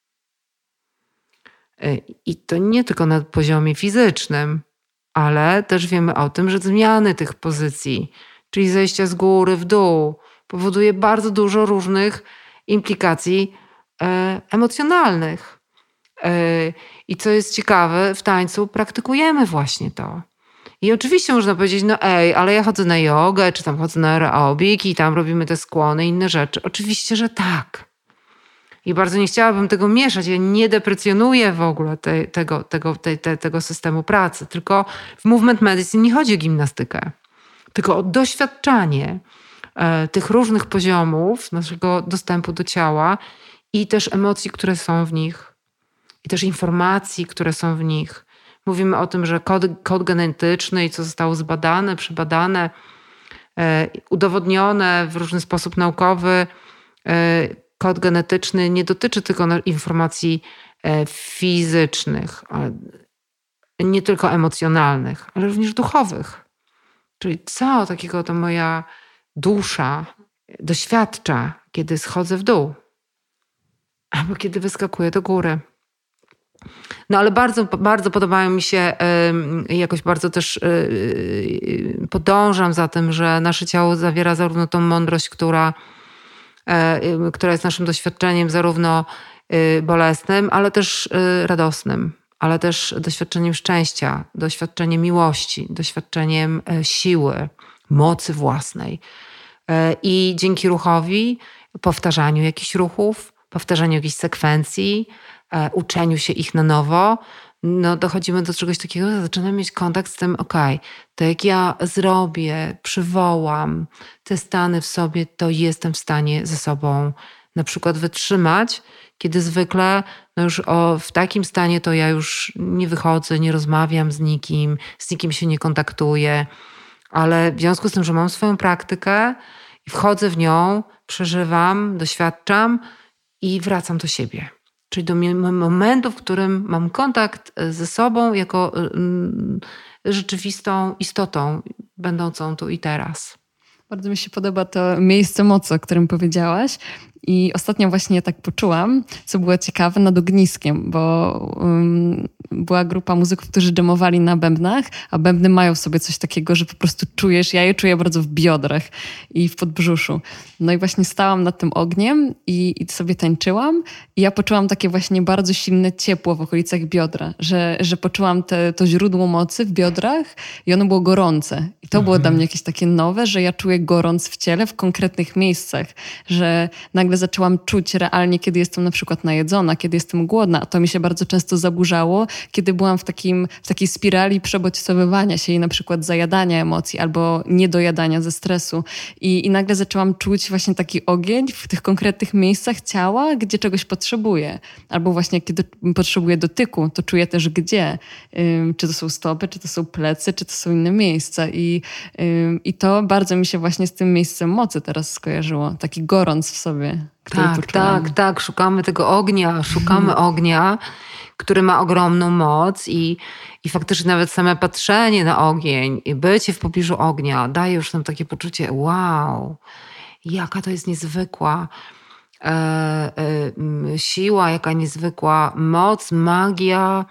I to nie tylko na poziomie fizycznym, ale też wiemy o tym, że zmiany tych pozycji, czyli zejścia z góry w dół, powoduje bardzo dużo różnych implikacji emocjonalnych. I co jest ciekawe, w tańcu praktykujemy właśnie to. I oczywiście można powiedzieć, ale ja chodzę na jogę, czy tam chodzę na aerobik i tam robimy te skłony i inne rzeczy. Oczywiście, że tak. I bardzo nie chciałabym tego mieszać. Ja nie deprecjonuję w ogóle tego systemu pracy. Tylko w Movement Medicine nie chodzi o gimnastykę. Tylko o doświadczanie tych różnych poziomów naszego dostępu do ciała i też emocji, które są w nich. I też informacji, które są w nich. Mówimy o tym, że kod genetyczny i co zostało zbadane, przebadane, udowodnione w różny sposób naukowy, kod genetyczny nie dotyczy tylko informacji fizycznych, nie tylko emocjonalnych, ale również duchowych. Czyli co takiego to moja dusza doświadcza, kiedy schodzę w dół albo kiedy wyskakuję do góry. No ale bardzo, bardzo podobają mi się, jakoś bardzo też podążam za tym, że nasze ciało zawiera zarówno tą mądrość, która jest naszym doświadczeniem zarówno bolesnym, ale też radosnym, ale też doświadczeniem szczęścia, doświadczeniem miłości, doświadczeniem siły, mocy własnej. I dzięki ruchowi, powtarzaniu jakichś ruchów, powtarzaniu jakichś sekwencji, uczeniu się ich na nowo, no dochodzimy do czegoś takiego, że zaczynam mieć kontakt z tym, to jak ja zrobię, przywołam te stany w sobie, to jestem w stanie ze sobą na przykład wytrzymać, kiedy zwykle już w takim stanie to ja już nie wychodzę, nie rozmawiam z nikim się nie kontaktuję, ale w związku z tym, że mam swoją praktykę i wchodzę w nią, przeżywam, doświadczam i wracam do siebie. Czyli do momentu, w którym mam kontakt ze sobą jako rzeczywistą istotą, będącą tu i teraz. Bardzo mi się podoba to miejsce mocy, o którym powiedziałaś. I ostatnio właśnie tak poczułam, co było ciekawe, nad ogniskiem, bo była grupa muzyków, którzy dżemowali na bębnach, a bębny mają w sobie coś takiego, że po prostu czujesz, ja je czuję bardzo w biodrach i w podbrzuszu. No i właśnie stałam nad tym ogniem i sobie tańczyłam i ja poczułam takie właśnie bardzo silne ciepło w okolicach biodra, że poczułam to źródło mocy w biodrach i ono było gorące. I to było dla mnie jakieś takie nowe, że ja czuję gorąc w ciele w konkretnych miejscach, że nagle zaczęłam czuć realnie, kiedy jestem na przykład najedzona, kiedy jestem głodna, a to mi się bardzo często zaburzało, kiedy byłam w takiej spirali przebodźcowywania się i na przykład zajadania emocji albo niedojadania ze stresu. I nagle zaczęłam czuć właśnie taki ogień w tych konkretnych miejscach ciała, gdzie czegoś potrzebuję. Albo właśnie kiedy potrzebuję dotyku, to czuję też gdzie. Czy to są stopy, czy to są plecy, czy to są inne miejsca. I to bardzo mi się właśnie z tym miejscem mocy teraz skojarzyło. Taki gorąc w sobie. Tak. Szukamy tego ognia, ognia, który ma ogromną moc i faktycznie nawet same patrzenie na ogień i bycie w pobliżu ognia daje już nam takie poczucie, wow, jaka to jest niezwykła siła, jaka niezwykła moc, magia.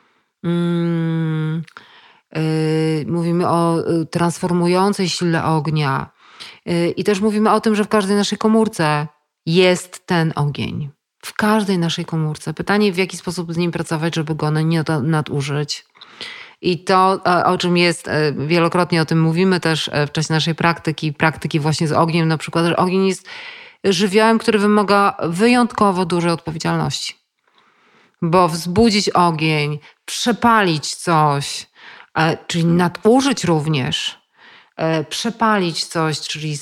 Mówimy o transformującej sile ognia. I też mówimy o tym, że w każdej naszej komórce jest ten ogień. W każdej naszej komórce. Pytanie, w jaki sposób z nim pracować, żeby go nie nadużyć. I to, o czym jest, wielokrotnie o tym mówimy też w czasie naszej praktyki właśnie z ogniem, na przykład, że ogień jest żywiołem, który wymaga wyjątkowo dużej odpowiedzialności. Bo wzbudzić ogień, przepalić coś, czyli nadużyć również, przepalić coś, czyli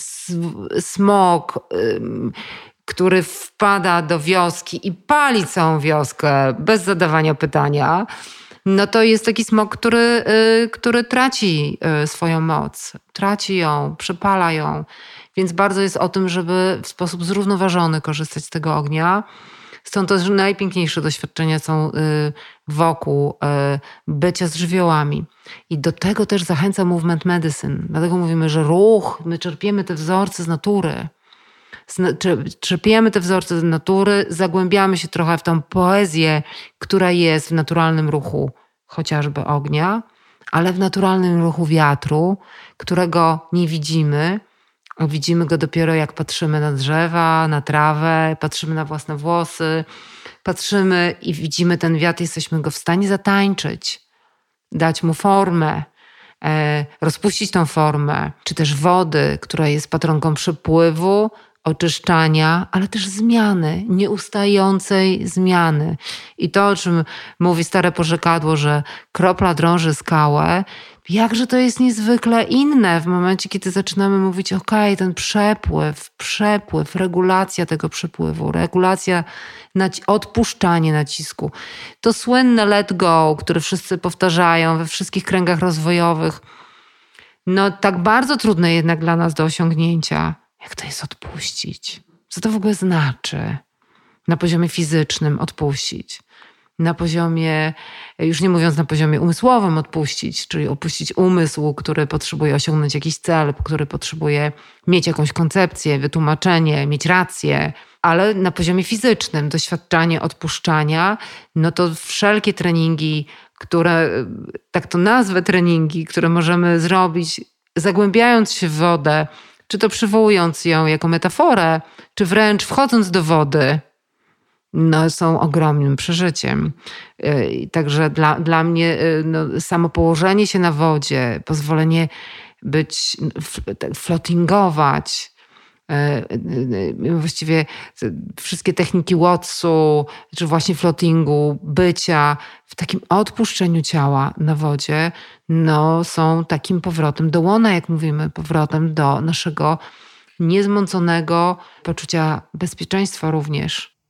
smog, który wpada do wioski i pali całą wioskę bez zadawania pytania, no to jest taki smog, który traci swoją moc, traci ją, przepala ją. Więc bardzo jest o tym, żeby w sposób zrównoważony korzystać z tego ognia. Stąd też najpiękniejsze doświadczenia są wokół bycia z żywiołami. I do tego też zachęca movement medicine. Dlatego mówimy, że ruch, my czerpiemy te wzorce z natury. Czerpiemy te wzorce z natury, zagłębiamy się trochę w tą poezję, która jest w naturalnym ruchu chociażby ognia, ale w naturalnym ruchu wiatru, którego nie widzimy. Widzimy go dopiero jak patrzymy na drzewa, na trawę, patrzymy na własne włosy, patrzymy i widzimy ten wiatr, jesteśmy go w stanie zatańczyć, dać mu formę, rozpuścić tą formę, czy też wody, która jest patronką przepływu, oczyszczania, ale też zmiany, nieustającej zmiany. I to, o czym mówi stare porzekadło, że kropla drąży skałę, jakże to jest niezwykle inne w momencie, kiedy zaczynamy mówić, ten przepływ, regulacja tego przepływu, regulacja, odpuszczanie nacisku. To słynne let go, które wszyscy powtarzają we wszystkich kręgach rozwojowych, no tak bardzo trudne jednak dla nas do osiągnięcia. Jak to jest odpuścić? Co to w ogóle znaczy na poziomie fizycznym odpuścić? na poziomie, już nie mówiąc na poziomie umysłowym odpuścić, czyli opuścić umysł, który potrzebuje osiągnąć jakiś cel, który potrzebuje mieć jakąś koncepcję, wytłumaczenie, mieć rację, ale na poziomie fizycznym, doświadczanie odpuszczania, no to wszelkie treningi, które, tak to nazwę treningi, które możemy zrobić, zagłębiając się w wodę, czy to przywołując ją jako metaforę, czy wręcz wchodząc do wody, no, są ogromnym przeżyciem. Także dla mnie samo położenie się na wodzie, pozwolenie być, floatingować, właściwie wszystkie techniki Watsu, czy właśnie floatingu, bycia w takim odpuszczeniu ciała na wodzie, no, są takim powrotem do łona, jak mówimy, powrotem do naszego niezmąconego poczucia bezpieczeństwa również.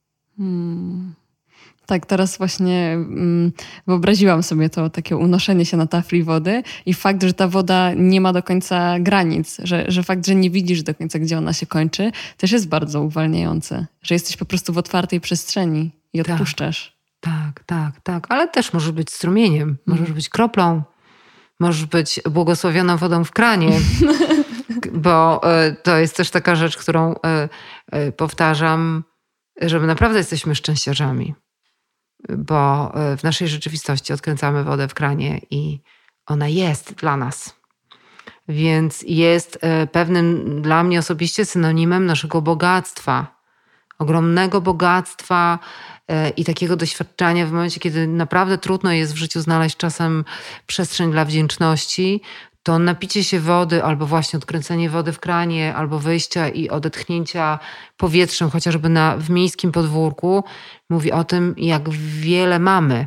Tak, teraz właśnie wyobraziłam sobie to takie unoszenie się na tafli wody i fakt, że ta woda nie ma do końca granic, że fakt, że nie widzisz do końca, gdzie ona się kończy, też jest bardzo uwalniające, że jesteś po prostu w otwartej przestrzeni i odpuszczasz. Tak, ale też możesz być strumieniem, możesz być kroplą, możesz być błogosławioną wodą w kranie, bo to jest też taka rzecz, którą powtarzam, że my naprawdę jesteśmy szczęściarzami, bo w naszej rzeczywistości odkręcamy wodę w kranie i ona jest dla nas. Więc jest pewnym dla mnie osobiście synonimem naszego bogactwa, ogromnego bogactwa i takiego doświadczenia w momencie, kiedy naprawdę trudno jest w życiu znaleźć czasem przestrzeń dla wdzięczności, to napicie się wody albo właśnie odkręcenie wody w kranie, albo wyjścia i odetchnięcia powietrzem, chociażby w miejskim podwórku, mówi o tym, jak wiele mamy.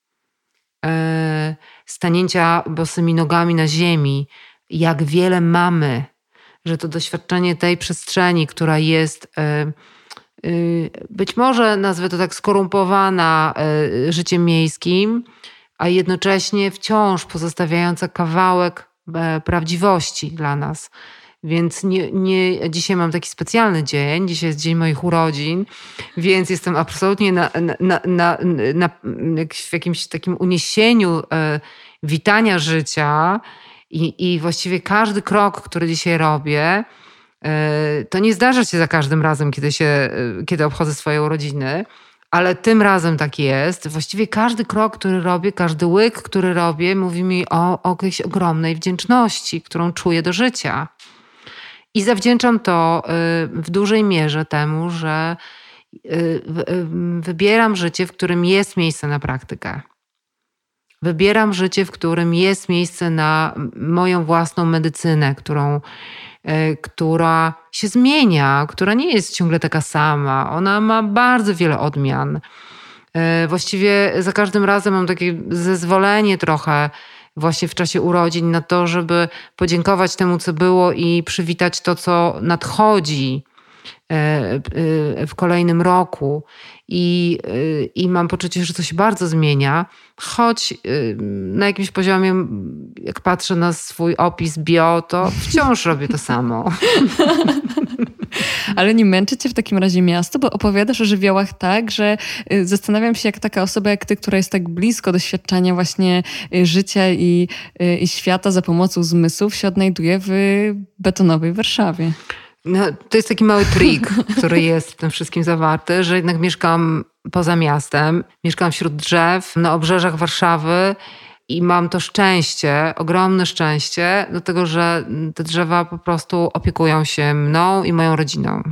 Stanięcia bosymi nogami na ziemi, jak wiele mamy, że to doświadczenie tej przestrzeni, która jest być może, nazwę to tak, skorumpowana życiem miejskim, a jednocześnie wciąż pozostawiająca kawałek prawdziwości dla nas. Więc dzisiaj mam taki specjalny dzień, dzisiaj jest dzień moich urodzin, więc jestem absolutnie w jakimś takim uniesieniu witania życia i właściwie każdy krok, który dzisiaj robię, to nie zdarza się za każdym razem, kiedy obchodzę swoje urodziny, ale tym razem tak jest. Właściwie każdy krok, który robię, każdy łyk, który robię, mówi mi o jakiejś ogromnej wdzięczności, którą czuję do życia. I zawdzięczam to w dużej mierze temu, że wybieram życie, w którym jest miejsce na praktykę. Wybieram życie, w którym jest miejsce na moją własną medycynę, która się zmienia, która nie jest ciągle taka sama. Ona ma bardzo wiele odmian. Właściwie za każdym razem mam takie zezwolenie trochę właśnie w czasie urodzin na to, żeby podziękować temu, co było i przywitać to, co nadchodzi w kolejnym roku. I mam poczucie, że to się bardzo zmienia, choć na jakimś poziomie, jak patrzę na swój opis bio, to wciąż robię to samo. Ale nie męczy cię w takim razie miasto, bo opowiadasz o żywiołach tak, że zastanawiam się, jak taka osoba jak ty, która jest tak blisko doświadczania właśnie życia i świata za pomocą zmysłów, się odnajduje w betonowej Warszawie. No, to jest taki mały trik, który jest w tym wszystkim zawarty, że jednak mieszkam poza miastem, mieszkam wśród drzew na obrzeżach Warszawy i mam to szczęście, ogromne szczęście do tego, że te drzewa po prostu opiekują się mną i moją rodziną.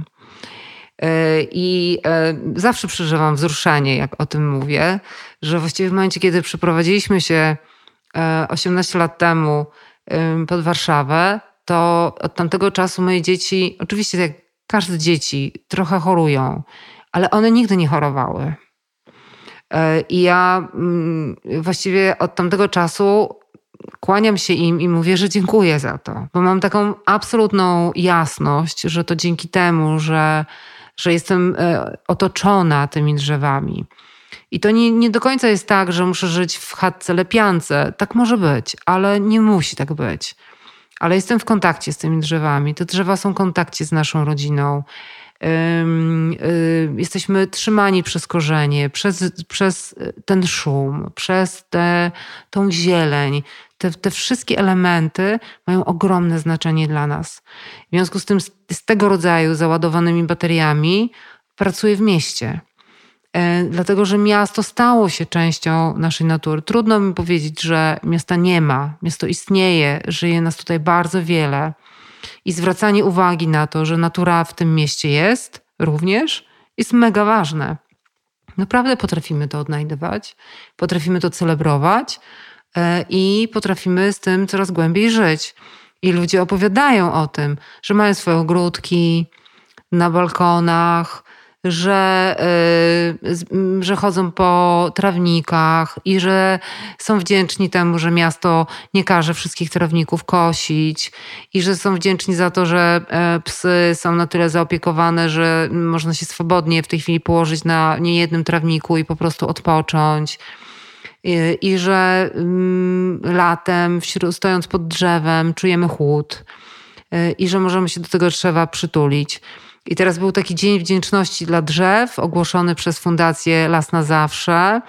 I zawsze przeżywam wzruszenie, jak o tym mówię, że właściwie w momencie, kiedy przeprowadziliśmy się 18 lat temu pod Warszawę, to od tamtego czasu moje dzieci, oczywiście jak każde dzieci, trochę chorują, ale one nigdy nie chorowały. I ja właściwie od tamtego czasu kłaniam się im i mówię, że dziękuję za to. Bo mam taką absolutną jasność, że to dzięki temu, że jestem otoczona tymi drzewami. I to nie do końca jest tak, że muszę żyć w chatce lepiance. Tak może być, ale nie musi tak być. Ale jestem w kontakcie z tymi drzewami. Te drzewa są w kontakcie z naszą rodziną. Jesteśmy trzymani przez korzenie, przez ten szum, przez tą zieleń. Te wszystkie elementy mają ogromne znaczenie dla nas. W związku z tym z tego rodzaju załadowanymi bateriami pracuję w mieście. Dlatego, że miasto stało się częścią naszej natury. Trudno mi powiedzieć, że miasta nie ma. Miasto istnieje, żyje nas tutaj bardzo wiele. I zwracanie uwagi na to, że natura w tym mieście jest również, jest mega ważne. Naprawdę potrafimy to odnajdywać, potrafimy to celebrować i potrafimy z tym coraz głębiej żyć. I ludzie opowiadają o tym, że mają swoje ogródki na balkonach, że chodzą po trawnikach i że są wdzięczni temu, że miasto nie każe wszystkich trawników kosić i że są wdzięczni za to, że psy są na tyle zaopiekowane, że można się swobodnie w tej chwili położyć na niejednym trawniku i po prostu odpocząć. I że latem, stojąc pod drzewem, czujemy chłód i że możemy się do tego drzewa przytulić. I teraz był taki Dzień Wdzięczności dla Drzew, ogłoszony przez Fundację Las na Zawsze.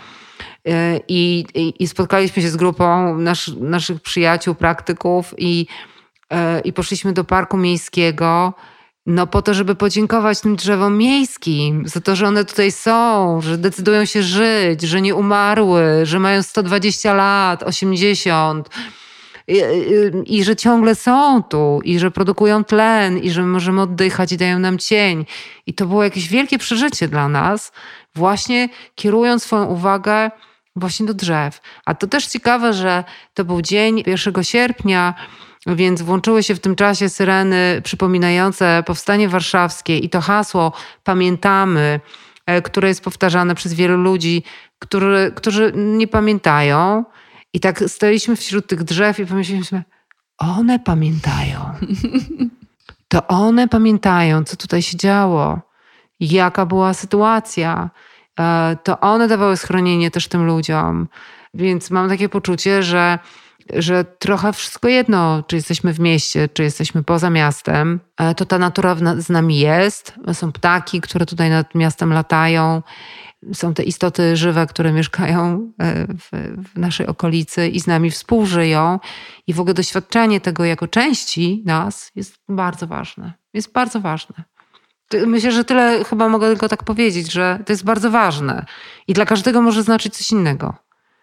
I spotkaliśmy się z grupą naszych przyjaciół, praktyków i poszliśmy do Parku Miejskiego po to, żeby podziękować tym drzewom miejskim za to, że one tutaj są, że decydują się żyć, że nie umarły, że mają 120 lat, 80 i że ciągle są tu i że produkują tlen i że możemy oddychać i dają nam cień. I to było jakieś wielkie przeżycie dla nas, właśnie kierując swoją uwagę właśnie do drzew. A to też ciekawe, że to był dzień 1 sierpnia, więc włączyły się w tym czasie syreny przypominające Powstanie Warszawskie i to hasło "Pamiętamy", które jest powtarzane przez wielu ludzi, którzy nie pamiętają. I tak stoiliśmy wśród tych drzew i pomyśleliśmy, one pamiętają. To one pamiętają, co tutaj się działo, jaka była sytuacja. To one dawały schronienie też tym ludziom. Więc mam takie poczucie, że trochę wszystko jedno, czy jesteśmy w mieście, czy jesteśmy poza miastem, to ta natura z nami jest. Są ptaki, które tutaj nad miastem latają. Są te istoty żywe, które mieszkają w naszej okolicy i z nami współżyją. I w ogóle doświadczenie tego jako części nas jest bardzo ważne. Jest bardzo ważne. Myślę, że tyle chyba mogę tylko tak powiedzieć, że to jest bardzo ważne. I dla każdego może znaczyć coś innego.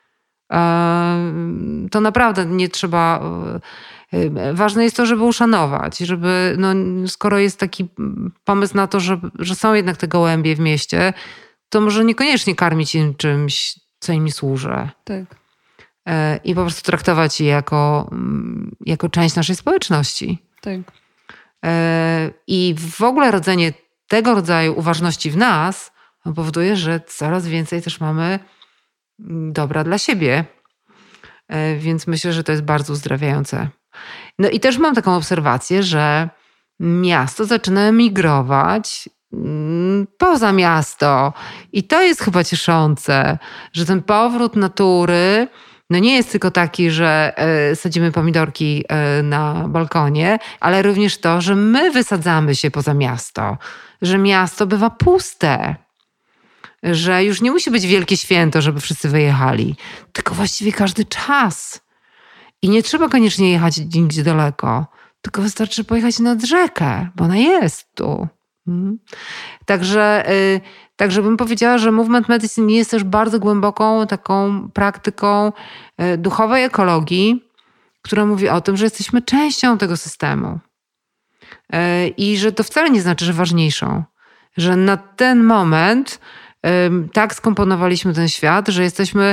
To naprawdę nie trzeba... Ważne jest to, żeby uszanować, żeby, skoro jest taki pomysł na to, że są jednak te gołębie w mieście, to może niekoniecznie karmić im czymś, co im nie służy. Tak. I po prostu traktować je jako część naszej społeczności. Tak. I w ogóle rodzenie tego rodzaju uważności w nas powoduje, że coraz więcej też mamy dobra dla siebie. Więc myślę, że to jest bardzo uzdrawiające. No i też mam taką obserwację, że miasto zaczyna emigrować poza miasto. I to jest chyba cieszące, że ten powrót natury nie jest tylko taki, że sadzimy pomidorki na balkonie, ale również to, że my wysadzamy się poza miasto, że miasto bywa puste, że już nie musi być wielkie święto, żeby wszyscy wyjechali, tylko właściwie każdy czas. I nie trzeba koniecznie jechać nigdzie daleko, tylko wystarczy pojechać nad rzekę, bo ona jest tu. Także bym powiedziała, że movement medicine jest też bardzo głęboką taką praktyką duchowej ekologii, która mówi o tym, że jesteśmy częścią tego systemu. I że to wcale nie znaczy, że ważniejszą. Że na ten moment tak skomponowaliśmy ten świat, że jesteśmy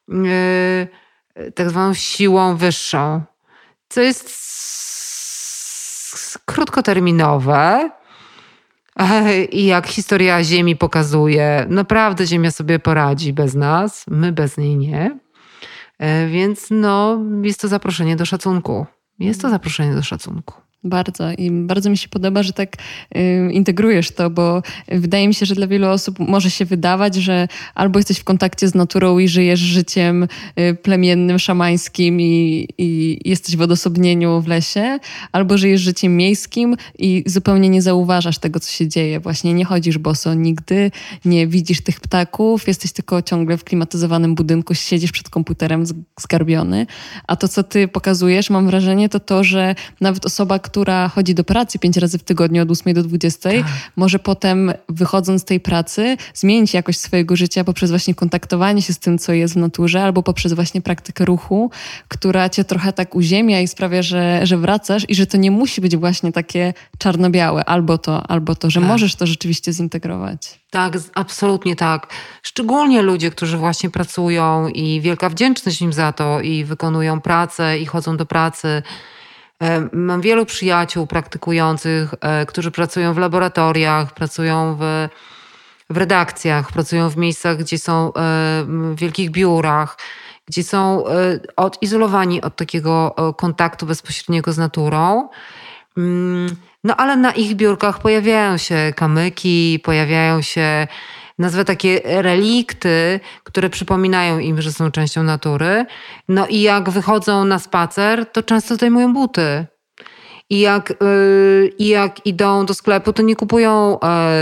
tak zwaną siłą wyższą. Co jest krótkoterminowe. I jak historia Ziemi pokazuje, naprawdę Ziemia sobie poradzi bez nas, my bez niej nie. Więc jest to zaproszenie do szacunku. Jest to zaproszenie do szacunku. Bardzo. I bardzo mi się podoba, że tak integrujesz to, bo wydaje mi się, że dla wielu osób może się wydawać, że albo jesteś w kontakcie z naturą i żyjesz życiem plemiennym, szamańskim i jesteś w odosobnieniu w lesie, albo żyjesz życiem miejskim i zupełnie nie zauważasz tego, co się dzieje. Właśnie nie chodzisz boso nigdy, nie widzisz tych ptaków, jesteś tylko ciągle w klimatyzowanym budynku, siedzisz przed komputerem zgarbiony. A to, co ty pokazujesz, mam wrażenie, to, że nawet osoba, która chodzi do pracy 5 razy w tygodniu od 8 do 20, może potem wychodząc z tej pracy zmienić jakość swojego życia poprzez właśnie kontaktowanie się z tym, co jest w naturze, albo poprzez właśnie praktykę ruchu, która cię trochę tak uziemia i sprawia, że wracasz i że to nie musi być właśnie takie czarno-białe, albo to, że możesz to rzeczywiście zintegrować. Tak, absolutnie tak. Szczególnie ludzie, którzy właśnie pracują i wielka wdzięczność im za to i wykonują pracę i chodzą do pracy. Mam wielu przyjaciół praktykujących, którzy pracują w laboratoriach, pracują w redakcjach, pracują w miejscach, gdzie są w wielkich biurach, gdzie są odizolowani od takiego kontaktu bezpośredniego z naturą. No ale na ich biurkach pojawiają się kamyki, pojawiają się, nazwę takie relikty, które przypominają im, że są częścią natury. No i jak wychodzą na spacer, to często zdejmują buty. I jak idą do sklepu, to nie kupują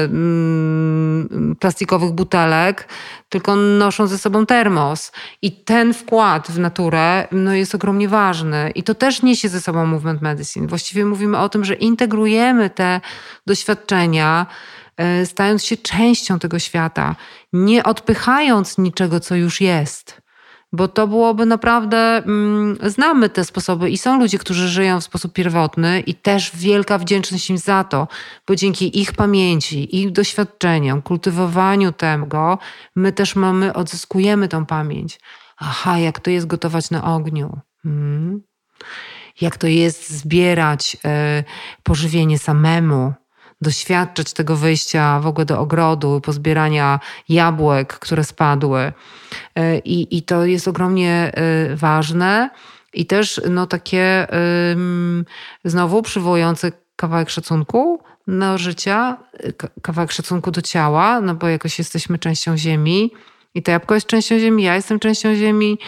plastikowych butelek, tylko noszą ze sobą termos. I ten wkład w naturę jest ogromnie ważny. I to też niesie ze sobą Movement Medicine. Właściwie mówimy o tym, że integrujemy te doświadczenia, stając się częścią tego świata, nie odpychając niczego, co już jest. Bo to byłoby naprawdę, znamy te sposoby i są ludzie, którzy żyją w sposób pierwotny i też wielka wdzięczność im za to, bo dzięki ich pamięci, ich doświadczeniom, kultywowaniu tego, my też odzyskujemy tą pamięć. Aha, jak to jest gotować na ogniu. Jak to jest zbierać pożywienie samemu. Doświadczać tego wyjścia w ogóle do ogrodu, pozbierania jabłek, które spadły. I to jest ogromnie ważne i też takie znowu przywołujące kawałek szacunku do życia, kawałek szacunku do ciała, no bo jakoś jesteśmy częścią ziemi i to jabłko jest częścią ziemi, ja jestem częścią ziemi.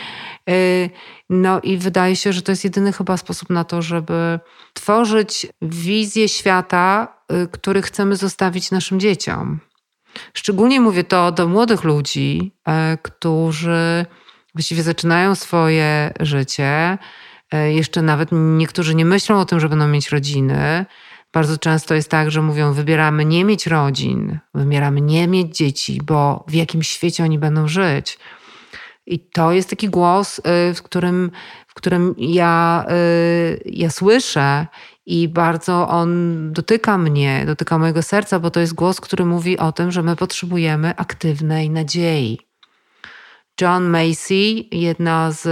No i wydaje się, że to jest jedyny chyba sposób na to, żeby tworzyć wizję świata, który chcemy zostawić naszym dzieciom. Szczególnie mówię to do młodych ludzi, którzy właściwie zaczynają swoje życie. Jeszcze nawet niektórzy nie myślą o tym, że będą mieć rodziny. Bardzo często jest tak, że mówią, wybieramy nie mieć rodzin, wybieramy nie mieć dzieci, bo w jakim świecie oni będą żyć. I to jest taki głos, w którym ja słyszę i bardzo on dotyka mnie, dotyka mojego serca, bo to jest głos, który mówi o tym, że my potrzebujemy aktywnej nadziei. John Macy, jedna z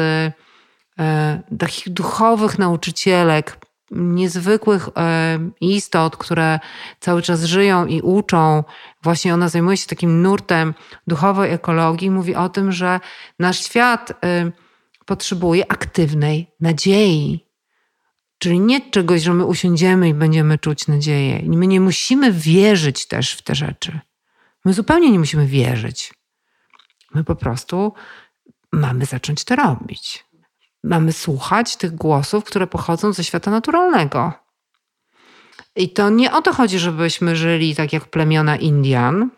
takich duchowych nauczycielek, niezwykłych istot, które cały czas żyją i uczą. Właśnie ona zajmuje się takim nurtem duchowej ekologii. Mówi o tym, że nasz świat potrzebuje aktywnej nadziei. Czyli nie czegoś, że my usiądziemy i będziemy czuć nadzieję. My nie musimy wierzyć też w te rzeczy. My zupełnie nie musimy wierzyć. My po prostu mamy zacząć to robić. Mamy słuchać tych głosów, które pochodzą ze świata naturalnego. I to nie o to chodzi, żebyśmy żyli tak jak plemiona Indian.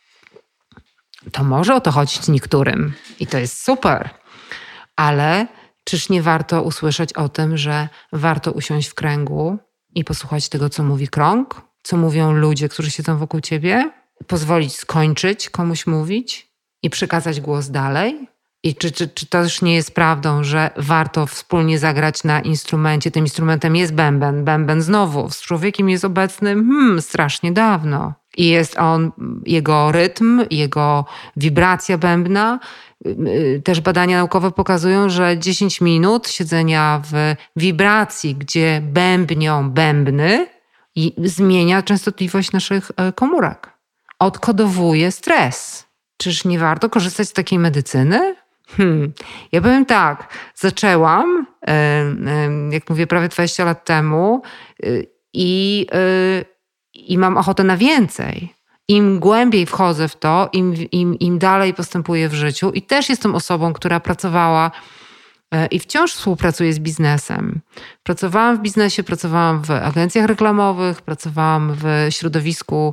To może o to chodzić niektórym. I to jest super. Ale czyż nie warto usłyszeć o tym, że warto usiąść w kręgu i posłuchać tego, co mówi krąg? Co mówią ludzie, którzy siedzą wokół ciebie? Pozwolić skończyć komuś mówić i przekazać głos dalej? I czy to już nie jest prawdą, że warto wspólnie zagrać na instrumencie? Tym instrumentem jest bęben. Bęben znowu z człowiekiem jest obecny strasznie dawno. I jest on, jego rytm, jego wibracja bębna. Też badania naukowe pokazują, że 10 minut siedzenia w wibracji, gdzie bębnią bębny, zmienia częstotliwość naszych komórek. Odkodowuje stres. Czyż nie warto korzystać z takiej medycyny? Ja powiem tak, zaczęłam jak mówię, prawie 20 lat temu i mam ochotę na więcej. Im głębiej wchodzę w to, im dalej postępuję w życiu. I też jestem osobą, która pracowała i wciąż współpracuję z biznesem. Pracowałam w biznesie, pracowałam w agencjach reklamowych, pracowałam w środowisku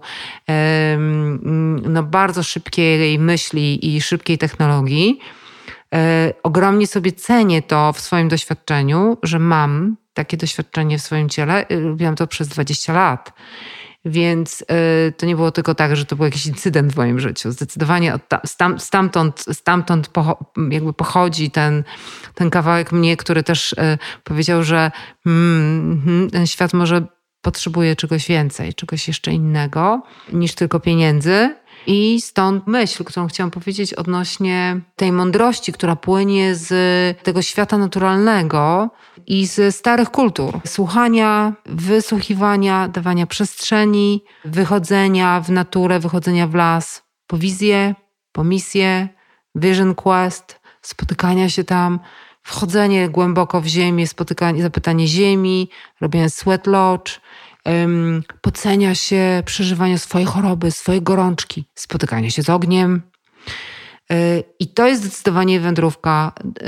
bardzo szybkiej myśli i szybkiej technologii. Ogromnie sobie cenię to w swoim doświadczeniu, że mam takie doświadczenie w swoim ciele. Robiłam to przez 20 lat. Więc to nie było tylko tak, że to był jakiś incydent w moim życiu. Zdecydowanie stamtąd jakby pochodzi ten kawałek mnie, który też powiedział, że ten świat może potrzebuje czegoś więcej, czegoś jeszcze innego niż tylko pieniędzy. I stąd myśl, którą chciałam powiedzieć odnośnie tej mądrości, która płynie z tego świata naturalnego i ze starych kultur. Słuchania, wysłuchiwania, dawania przestrzeni, wychodzenia w naturę, wychodzenia w las, po wizję, po misję, vision quest, spotykania się tam, wchodzenie głęboko w ziemię, zapytanie ziemi, robienie sweat lodge, pocenia się, przeżywania swojej choroby, swojej gorączki, spotykania się z ogniem. I to jest zdecydowanie wędrówka,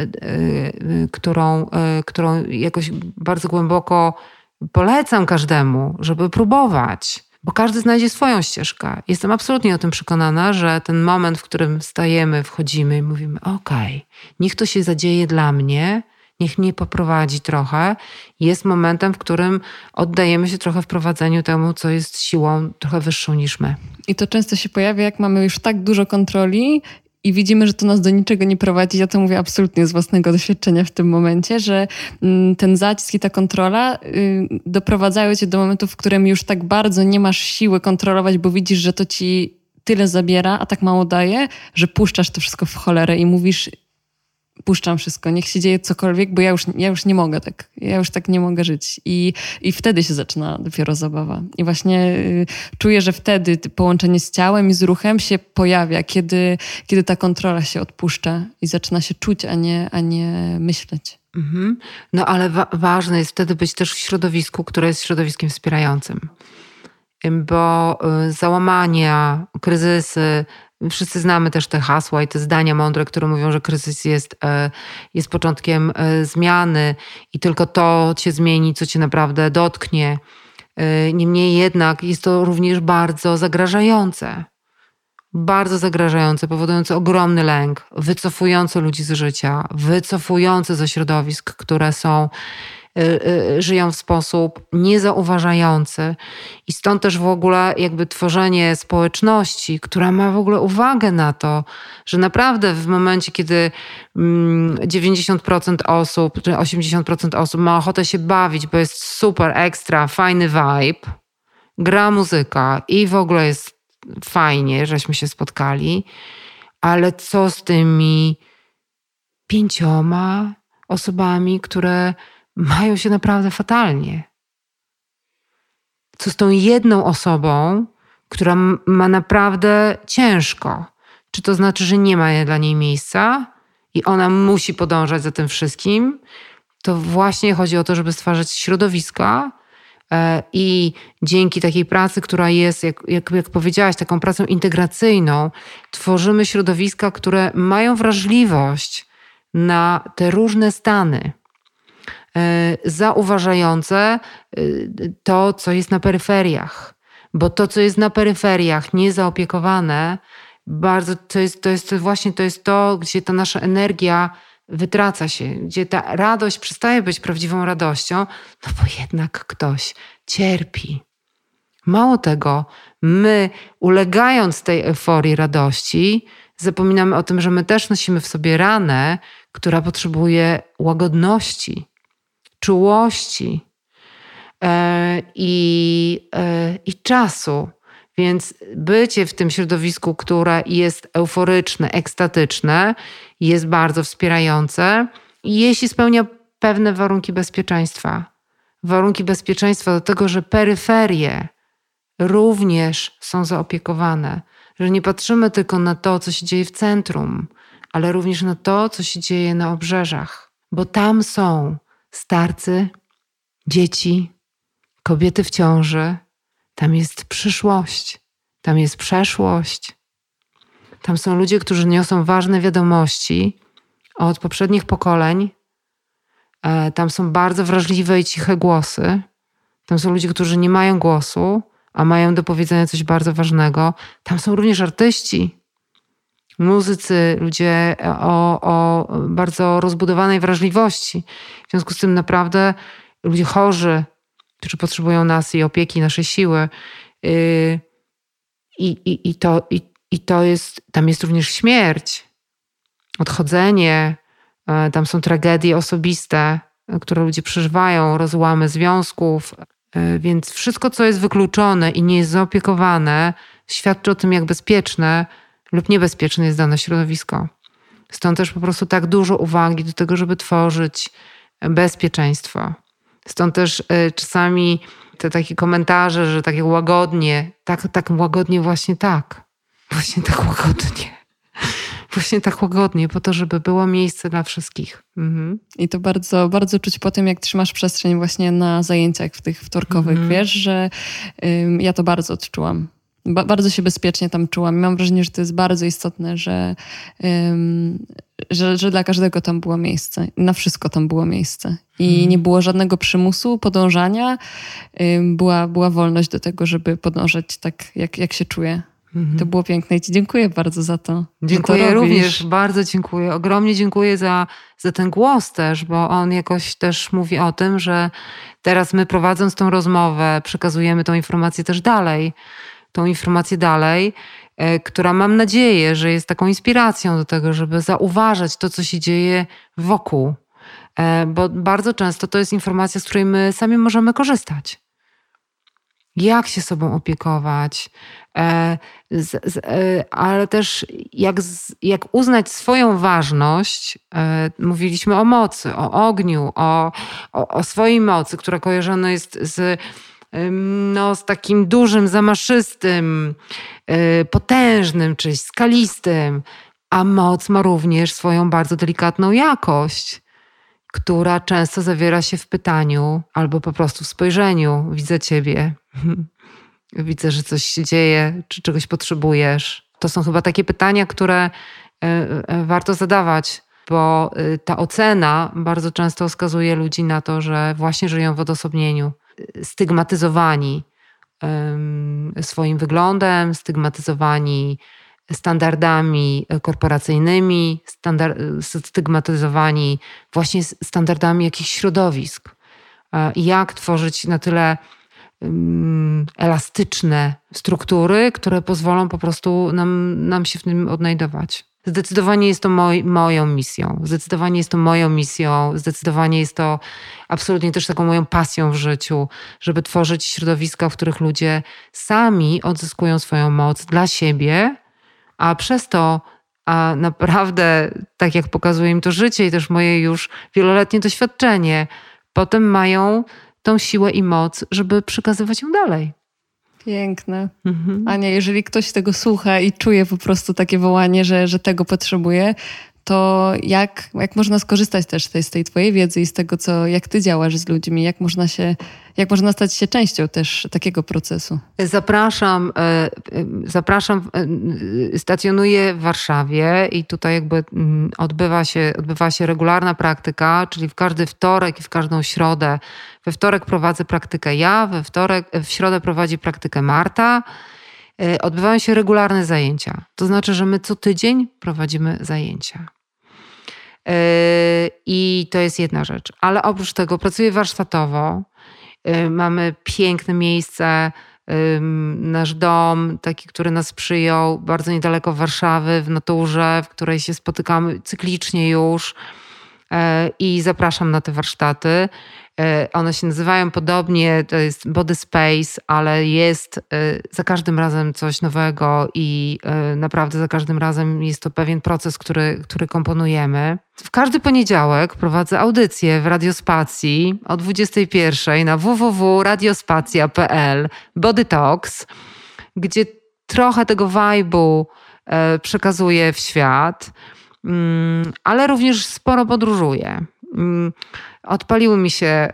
którą jakoś bardzo głęboko polecam każdemu, żeby próbować, bo każdy znajdzie swoją ścieżkę. Jestem absolutnie o tym przekonana, że ten moment, w którym wstajemy, wchodzimy i mówimy: okej, niech to się zadzieje dla mnie, niech mnie poprowadzi trochę, jest momentem, w którym oddajemy się trochę w prowadzeniu temu, co jest siłą trochę wyższą niż my. I to często się pojawia, jak mamy już tak dużo kontroli i widzimy, że to nas do niczego nie prowadzi. Ja to mówię absolutnie z własnego doświadczenia w tym momencie, że ten zacisk i ta kontrola doprowadzają cię do momentu, w którym już tak bardzo nie masz siły kontrolować, bo widzisz, że to ci tyle zabiera, a tak mało daje, że puszczasz to wszystko w cholerę i mówisz: puszczam wszystko, niech się dzieje cokolwiek, bo ja już nie mogę tak. Ja już tak nie mogę żyć. I wtedy się zaczyna dopiero zabawa. I właśnie czuję, że wtedy połączenie z ciałem i z ruchem się pojawia, kiedy ta kontrola się odpuszcza i zaczyna się czuć, a nie myśleć. Mhm. No ale ważne jest wtedy być też w środowisku, które jest środowiskiem wspierającym. Bo załamania, kryzysy, wszyscy znamy też te hasła i te zdania mądre, które mówią, że kryzys jest początkiem zmiany i tylko to cię zmieni, co cię naprawdę dotknie. Niemniej jednak jest to również bardzo zagrażające. Bardzo zagrażające, powodujące ogromny lęk, wycofujące ludzi z życia, wycofujące ze środowisk, które żyją w sposób niezauważający. I stąd też w ogóle jakby tworzenie społeczności, która ma w ogóle uwagę na to, że naprawdę w momencie, kiedy 90% osób, czy 80% osób ma ochotę się bawić, bo jest super, ekstra, fajny vibe, gra muzyka i w ogóle jest fajnie, żeśmy się spotkali, ale co z tymi 5 osobami, które mają się naprawdę fatalnie? Co z tą jedną osobą, która ma naprawdę ciężko? Czy to znaczy, że nie ma dla niej miejsca i ona musi podążać za tym wszystkim? To właśnie chodzi o to, żeby stwarzać środowiska i dzięki takiej pracy, która jest, jak powiedziałaś, taką pracą integracyjną, tworzymy środowiska, które mają wrażliwość na te różne stany, zauważające to, co jest na peryferiach. Bo to, co jest na peryferiach, niezaopiekowane, bardzo to jest to, gdzie ta nasza energia wytraca się, gdzie ta radość przestaje być prawdziwą radością, no bo jednak ktoś cierpi. Mało tego, my ulegając tej euforii radości, zapominamy o tym, że my też nosimy w sobie ranę, która potrzebuje łagodności, czułości i czasu. Więc bycie w tym środowisku, które jest euforyczne, ekstatyczne, jest bardzo wspierające, jeśli spełnia pewne warunki bezpieczeństwa. Warunki bezpieczeństwa do tego, że peryferie również są zaopiekowane. Że nie patrzymy tylko na to, co się dzieje w centrum, ale również na to, co się dzieje na obrzeżach. Bo tam są starcy, dzieci, kobiety w ciąży. Tam jest przyszłość, tam jest przeszłość. Tam są ludzie, którzy niosą ważne wiadomości od poprzednich pokoleń. Tam są bardzo wrażliwe i ciche głosy. Tam są ludzie, którzy nie mają głosu, a mają do powiedzenia coś bardzo ważnego. Tam są również artyści, muzycy, ludzie o bardzo rozbudowanej wrażliwości. W związku z tym naprawdę ludzie chorzy, którzy potrzebują nas i opieki, naszej siły. Tam jest również śmierć, odchodzenie. Tam są tragedie osobiste, które ludzie przeżywają, rozłamy związków. Więc wszystko, co jest wykluczone i nie jest zaopiekowane, świadczy o tym, jak bezpieczne lub niebezpieczne jest dane środowisko. Stąd też po prostu tak dużo uwagi do tego, żeby tworzyć bezpieczeństwo. Stąd też czasami te takie komentarze, że takie łagodnie, tak łagodnie, właśnie tak łagodnie. Właśnie tak łagodnie, po to, żeby było miejsce dla wszystkich. Mhm. I to bardzo, bardzo czuć po tym, jak trzymasz przestrzeń właśnie na zajęciach w tych wtorkowych. Wiesz, że ja to bardzo odczułam. Bardzo się bezpiecznie tam czułam. I mam wrażenie, że to jest bardzo istotne, że dla każdego tam było miejsce. Na wszystko tam było miejsce. I nie było żadnego przymusu, podążania. Była wolność do tego, żeby podążać tak, jak się czuje. To było piękne i Ci dziękuję bardzo za to. Dziękuję również, bardzo dziękuję. Ogromnie dziękuję za ten głos też, bo on jakoś też mówi o tym, że teraz my, prowadząc tą rozmowę, przekazujemy tą informację też dalej. Która mam nadzieję, że jest taką inspiracją do tego, żeby zauważać to, co się dzieje wokół. Bo bardzo często to jest informacja, z której my sami możemy korzystać. Jak się sobą opiekować, ale też jak uznać swoją ważność. Mówiliśmy o mocy, o ogniu, o swojej mocy, która kojarzona jest z takim dużym, zamaszystym, potężnym, czy skalistym, a moc ma również swoją bardzo delikatną jakość, która często zawiera się w pytaniu albo po prostu w spojrzeniu. Widzę Ciebie, widzę, że coś się dzieje, czy czegoś potrzebujesz. To są chyba takie pytania, które warto zadawać, bo ta ocena bardzo często skazuje ludzi na to, że właśnie żyją w odosobnieniu, stygmatyzowani swoim wyglądem, stygmatyzowani standardami korporacyjnymi, stygmatyzowani właśnie standardami jakichś środowisk. I jak tworzyć na tyle elastyczne struktury, które pozwolą po prostu nam się w tym odnajdować. Zdecydowanie jest to moją misją. Zdecydowanie jest to absolutnie też taką moją pasją w życiu, żeby tworzyć środowiska, w których ludzie sami odzyskują swoją moc dla siebie, a przez to naprawdę, tak jak pokazuje im to życie i też moje już wieloletnie doświadczenie, potem mają tą siłę i moc, żeby przekazywać ją dalej. Piękne. Ania, jeżeli ktoś tego słucha i czuje po prostu takie wołanie, że tego potrzebuje, to jak można skorzystać też z tej twojej wiedzy i z tego, jak ty działasz z ludźmi, jak można stać się częścią też takiego procesu? Zapraszam, stacjonuję w Warszawie i tutaj jakby odbywa się regularna praktyka, czyli w każdy wtorek i w każdą środę. We wtorek prowadzę praktykę ja, w środę prowadzi praktykę Marta. Odbywają się regularne zajęcia. To znaczy, że my co tydzień prowadzimy zajęcia. I to jest jedna rzecz. Ale oprócz tego pracuję warsztatowo. Mamy piękne miejsce, nasz dom, taki, który nas przyjął bardzo niedaleko Warszawy, w naturze, w której się spotykamy cyklicznie już. I zapraszam na te warsztaty. One się nazywają podobnie, to jest Body Space, ale jest za każdym razem coś nowego i naprawdę za każdym razem jest to pewien proces, który komponujemy. W każdy poniedziałek prowadzę audycję w Radiospacji o 21:00 na www.radiospacja.pl Body Talks, gdzie trochę tego vibe'u przekazuję w świat, ale również sporo podróżuję. odpalił mi się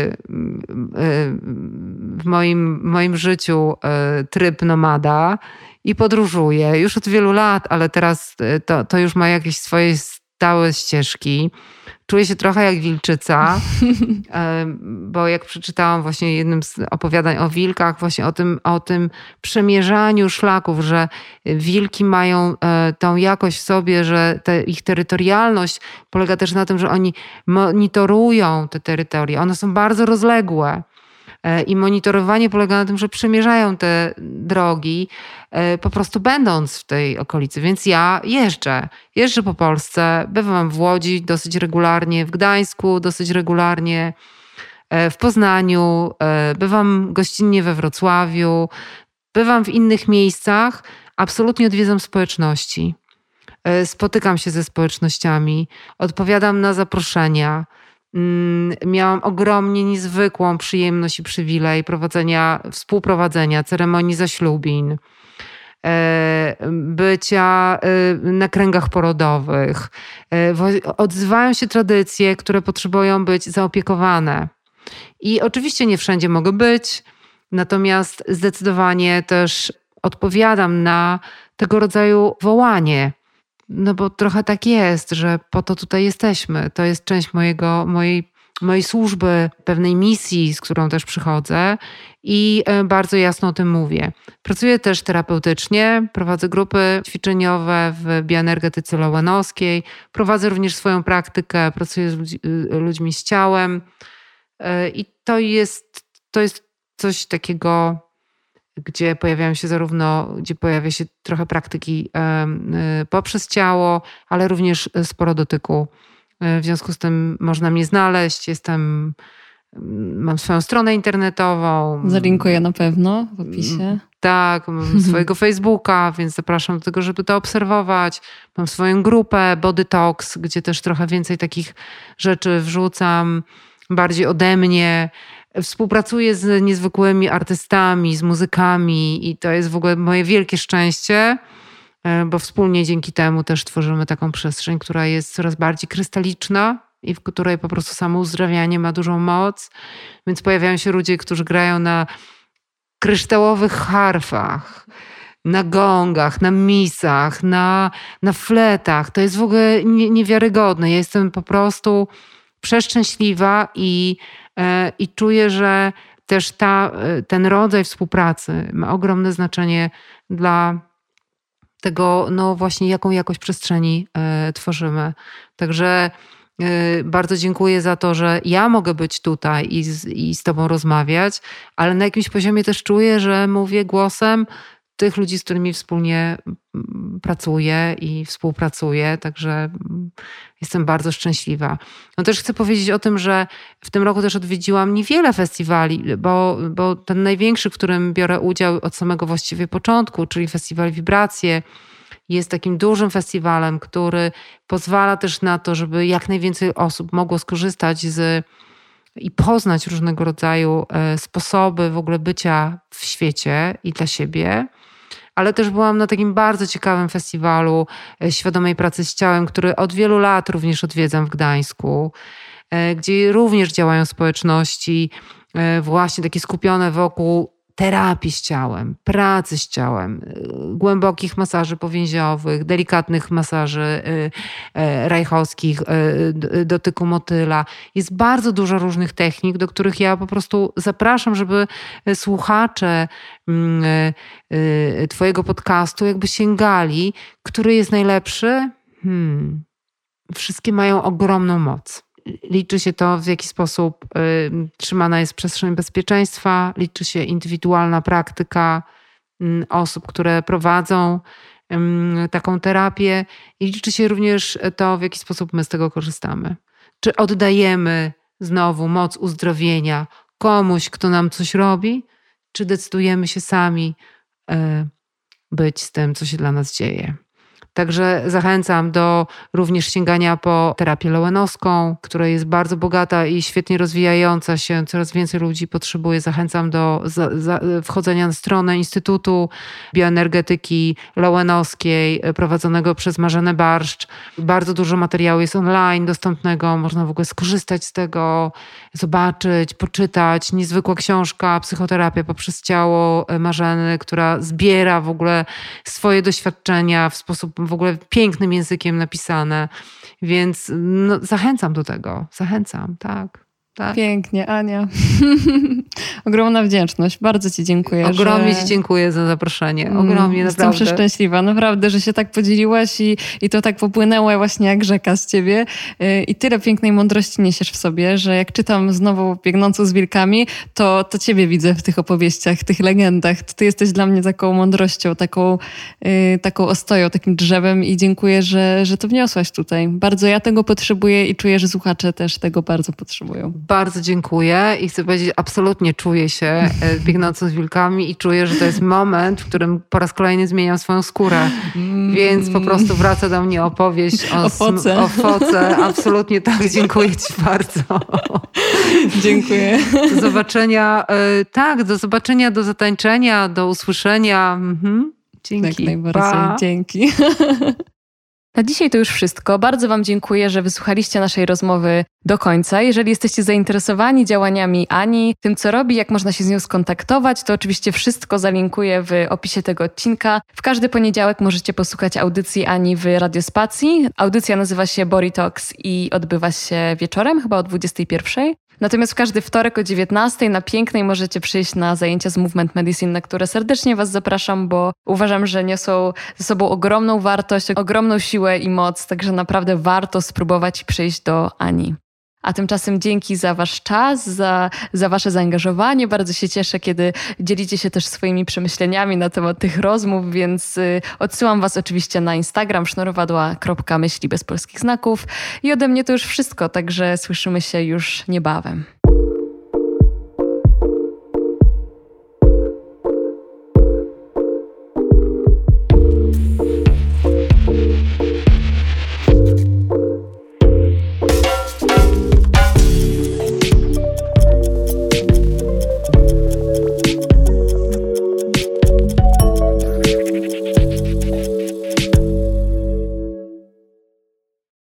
w moim życiu tryb nomada i podróżuję już od wielu lat, ale teraz to już ma jakieś swoje stałe ścieżki. Czuję się trochę jak wilczyca, bo jak przeczytałam właśnie jednym z opowiadań o wilkach, właśnie o tym przemierzaniu szlaków, że wilki mają tą jakość w sobie, że ich terytorialność polega też na tym, że oni monitorują te terytoria. One są bardzo rozległe. I monitorowanie polega na tym, że przemierzają te drogi, po prostu będąc w tej okolicy. Więc ja jeżdżę po Polsce, bywam w Łodzi dosyć regularnie, w Gdańsku dosyć regularnie, w Poznaniu, bywam gościnnie we Wrocławiu, bywam w innych miejscach, absolutnie odwiedzam społeczności. Spotykam się ze społecznościami, odpowiadam na zaproszenia. Miałam ogromnie niezwykłą przyjemność i przywilej współprowadzenia ceremonii zaślubin, bycia na kręgach porodowych. Odzywają się tradycje, które potrzebują być zaopiekowane. I oczywiście nie wszędzie mogę być, natomiast zdecydowanie też odpowiadam na tego rodzaju wołanie. No bo trochę tak jest, że po to tutaj jesteśmy. To jest część mojej służby, pewnej misji, z którą też przychodzę i bardzo jasno o tym mówię. Pracuję też terapeutycznie, prowadzę grupy ćwiczeniowe w bioenergetyce Lowenowskiej, prowadzę również swoją praktykę, pracuję z ludźmi z ciałem i to jest coś takiego, gdzie pojawia się trochę praktyki poprzez ciało, ale również sporo dotyku. W związku z tym można mnie znaleźć. Mam swoją stronę internetową. Zalinkuję na pewno w opisie. Tak, mam swojego Facebooka, więc zapraszam do tego, żeby to obserwować. Mam swoją grupę Body Talks, gdzie też trochę więcej takich rzeczy wrzucam, bardziej ode mnie. Współpracuję z niezwykłymi artystami, z muzykami i to jest w ogóle moje wielkie szczęście, bo wspólnie dzięki temu też tworzymy taką przestrzeń, która jest coraz bardziej krystaliczna i w której po prostu samo uzdrawianie ma dużą moc. Więc pojawiają się ludzie, którzy grają na kryształowych harfach, na gongach, na misach, na fletach. To jest w ogóle niewiarygodne. Ja jestem po prostu przeszczęśliwa i czuję, że też ten rodzaj współpracy ma ogromne znaczenie dla tego, no właśnie jaką jakość przestrzeni tworzymy. Także bardzo dziękuję za to, że ja mogę być tutaj i z tobą rozmawiać, ale na jakimś poziomie też czuję, że mówię głosem tych ludzi, z którymi wspólnie pracuję i współpracuję, także jestem bardzo szczęśliwa. No też chcę powiedzieć o tym, że w tym roku też odwiedziłam niewiele festiwali, bo ten największy, w którym biorę udział od samego właściwie początku, czyli festiwal Wibracje, jest takim dużym festiwalem, który pozwala też na to, żeby jak najwięcej osób mogło skorzystać i poznać różnego rodzaju sposoby w ogóle bycia w świecie i dla siebie. Ale też byłam na takim bardzo ciekawym festiwalu świadomej pracy z ciałem, który od wielu lat również odwiedzam w Gdańsku, gdzie również działają społeczności właśnie takie skupione wokół terapii z ciałem, pracy z ciałem, głębokich masaży powięziowych, delikatnych masaży rajchowskich, dotyku motyla. Jest bardzo dużo różnych technik, do których ja po prostu zapraszam, żeby słuchacze twojego podcastu jakby sięgali. Który jest najlepszy? Wszystkie mają ogromną moc. Liczy się to, w jaki sposób trzymana jest przestrzeń bezpieczeństwa, liczy się indywidualna praktyka osób, które prowadzą taką terapię i liczy się również to, w jaki sposób my z tego korzystamy. Czy oddajemy znowu moc uzdrowienia komuś, kto nam coś robi, czy decydujemy się sami być z tym, co się dla nas dzieje. Także zachęcam do również sięgania po terapię lowenowską, która jest bardzo bogata i świetnie rozwijająca się. Coraz więcej ludzi potrzebuje. Zachęcam do wchodzenia na stronę Instytutu Bioenergetyki Lowenowskiej prowadzonego przez Marzenę Barszcz. Bardzo dużo materiału jest online dostępnego. Można w ogóle skorzystać z tego, zobaczyć, poczytać. Niezwykła książka Psychoterapia poprzez ciało Marzeny, która zbiera w ogóle swoje doświadczenia w sposób w ogóle pięknym językiem napisane. Więc zachęcam do tego. Zachęcam, tak. Pięknie, Ania. Ogromna wdzięczność. Bardzo ci dziękuję. Ogromnie ci dziękuję za zaproszenie. Ogromnie, naprawdę. Jestem przeszczęśliwa. Naprawdę, że się tak podzieliłaś i to tak popłynęło właśnie jak rzeka z ciebie. I tyle pięknej mądrości niesiesz w sobie, że jak czytam znowu Biegnącą z wilkami, to ciebie widzę w tych opowieściach, tych legendach. Ty jesteś dla mnie taką mądrością, taką ostoją, takim drzewem i dziękuję, że to wniosłaś tutaj. Bardzo ja tego potrzebuję i czuję, że słuchacze też tego bardzo potrzebują. Bardzo dziękuję i chcę powiedzieć, absolutnie czuję się biegnącą z wilkami i czuję, że to jest moment, w którym po raz kolejny zmieniam swoją skórę. Więc po prostu wraca do mnie opowieść o foce. Absolutnie tak, dziękuję ci bardzo. Dziękuję. Do zobaczenia, do zobaczenia, do zatańczenia, do usłyszenia. Dzięki. Tak najbardziej, dzięki. Na dzisiaj to już wszystko. Bardzo wam dziękuję, że wysłuchaliście naszej rozmowy do końca. Jeżeli jesteście zainteresowani działaniami Ani, tym co robi, jak można się z nią skontaktować, to oczywiście wszystko zalinkuję w opisie tego odcinka. W każdy poniedziałek możecie posłuchać audycji Ani w Radiospacji. Audycja nazywa się Body Talks i odbywa się wieczorem, chyba o 21:00. Natomiast w każdy wtorek o 19:00 na Pięknej możecie przyjść na zajęcia z Movement Medicine, na które serdecznie was zapraszam, bo uważam, że niosą ze sobą ogromną wartość, ogromną siłę i moc, także naprawdę warto spróbować przyjść do Ani. A tymczasem dzięki za wasz czas, za wasze zaangażowanie. Bardzo się cieszę, kiedy dzielicie się też swoimi przemyśleniami na temat tych rozmów, więc odsyłam was oczywiście na Instagram sznurowadła.myśli bez polskich znaków. I ode mnie to już wszystko, także słyszymy się już niebawem.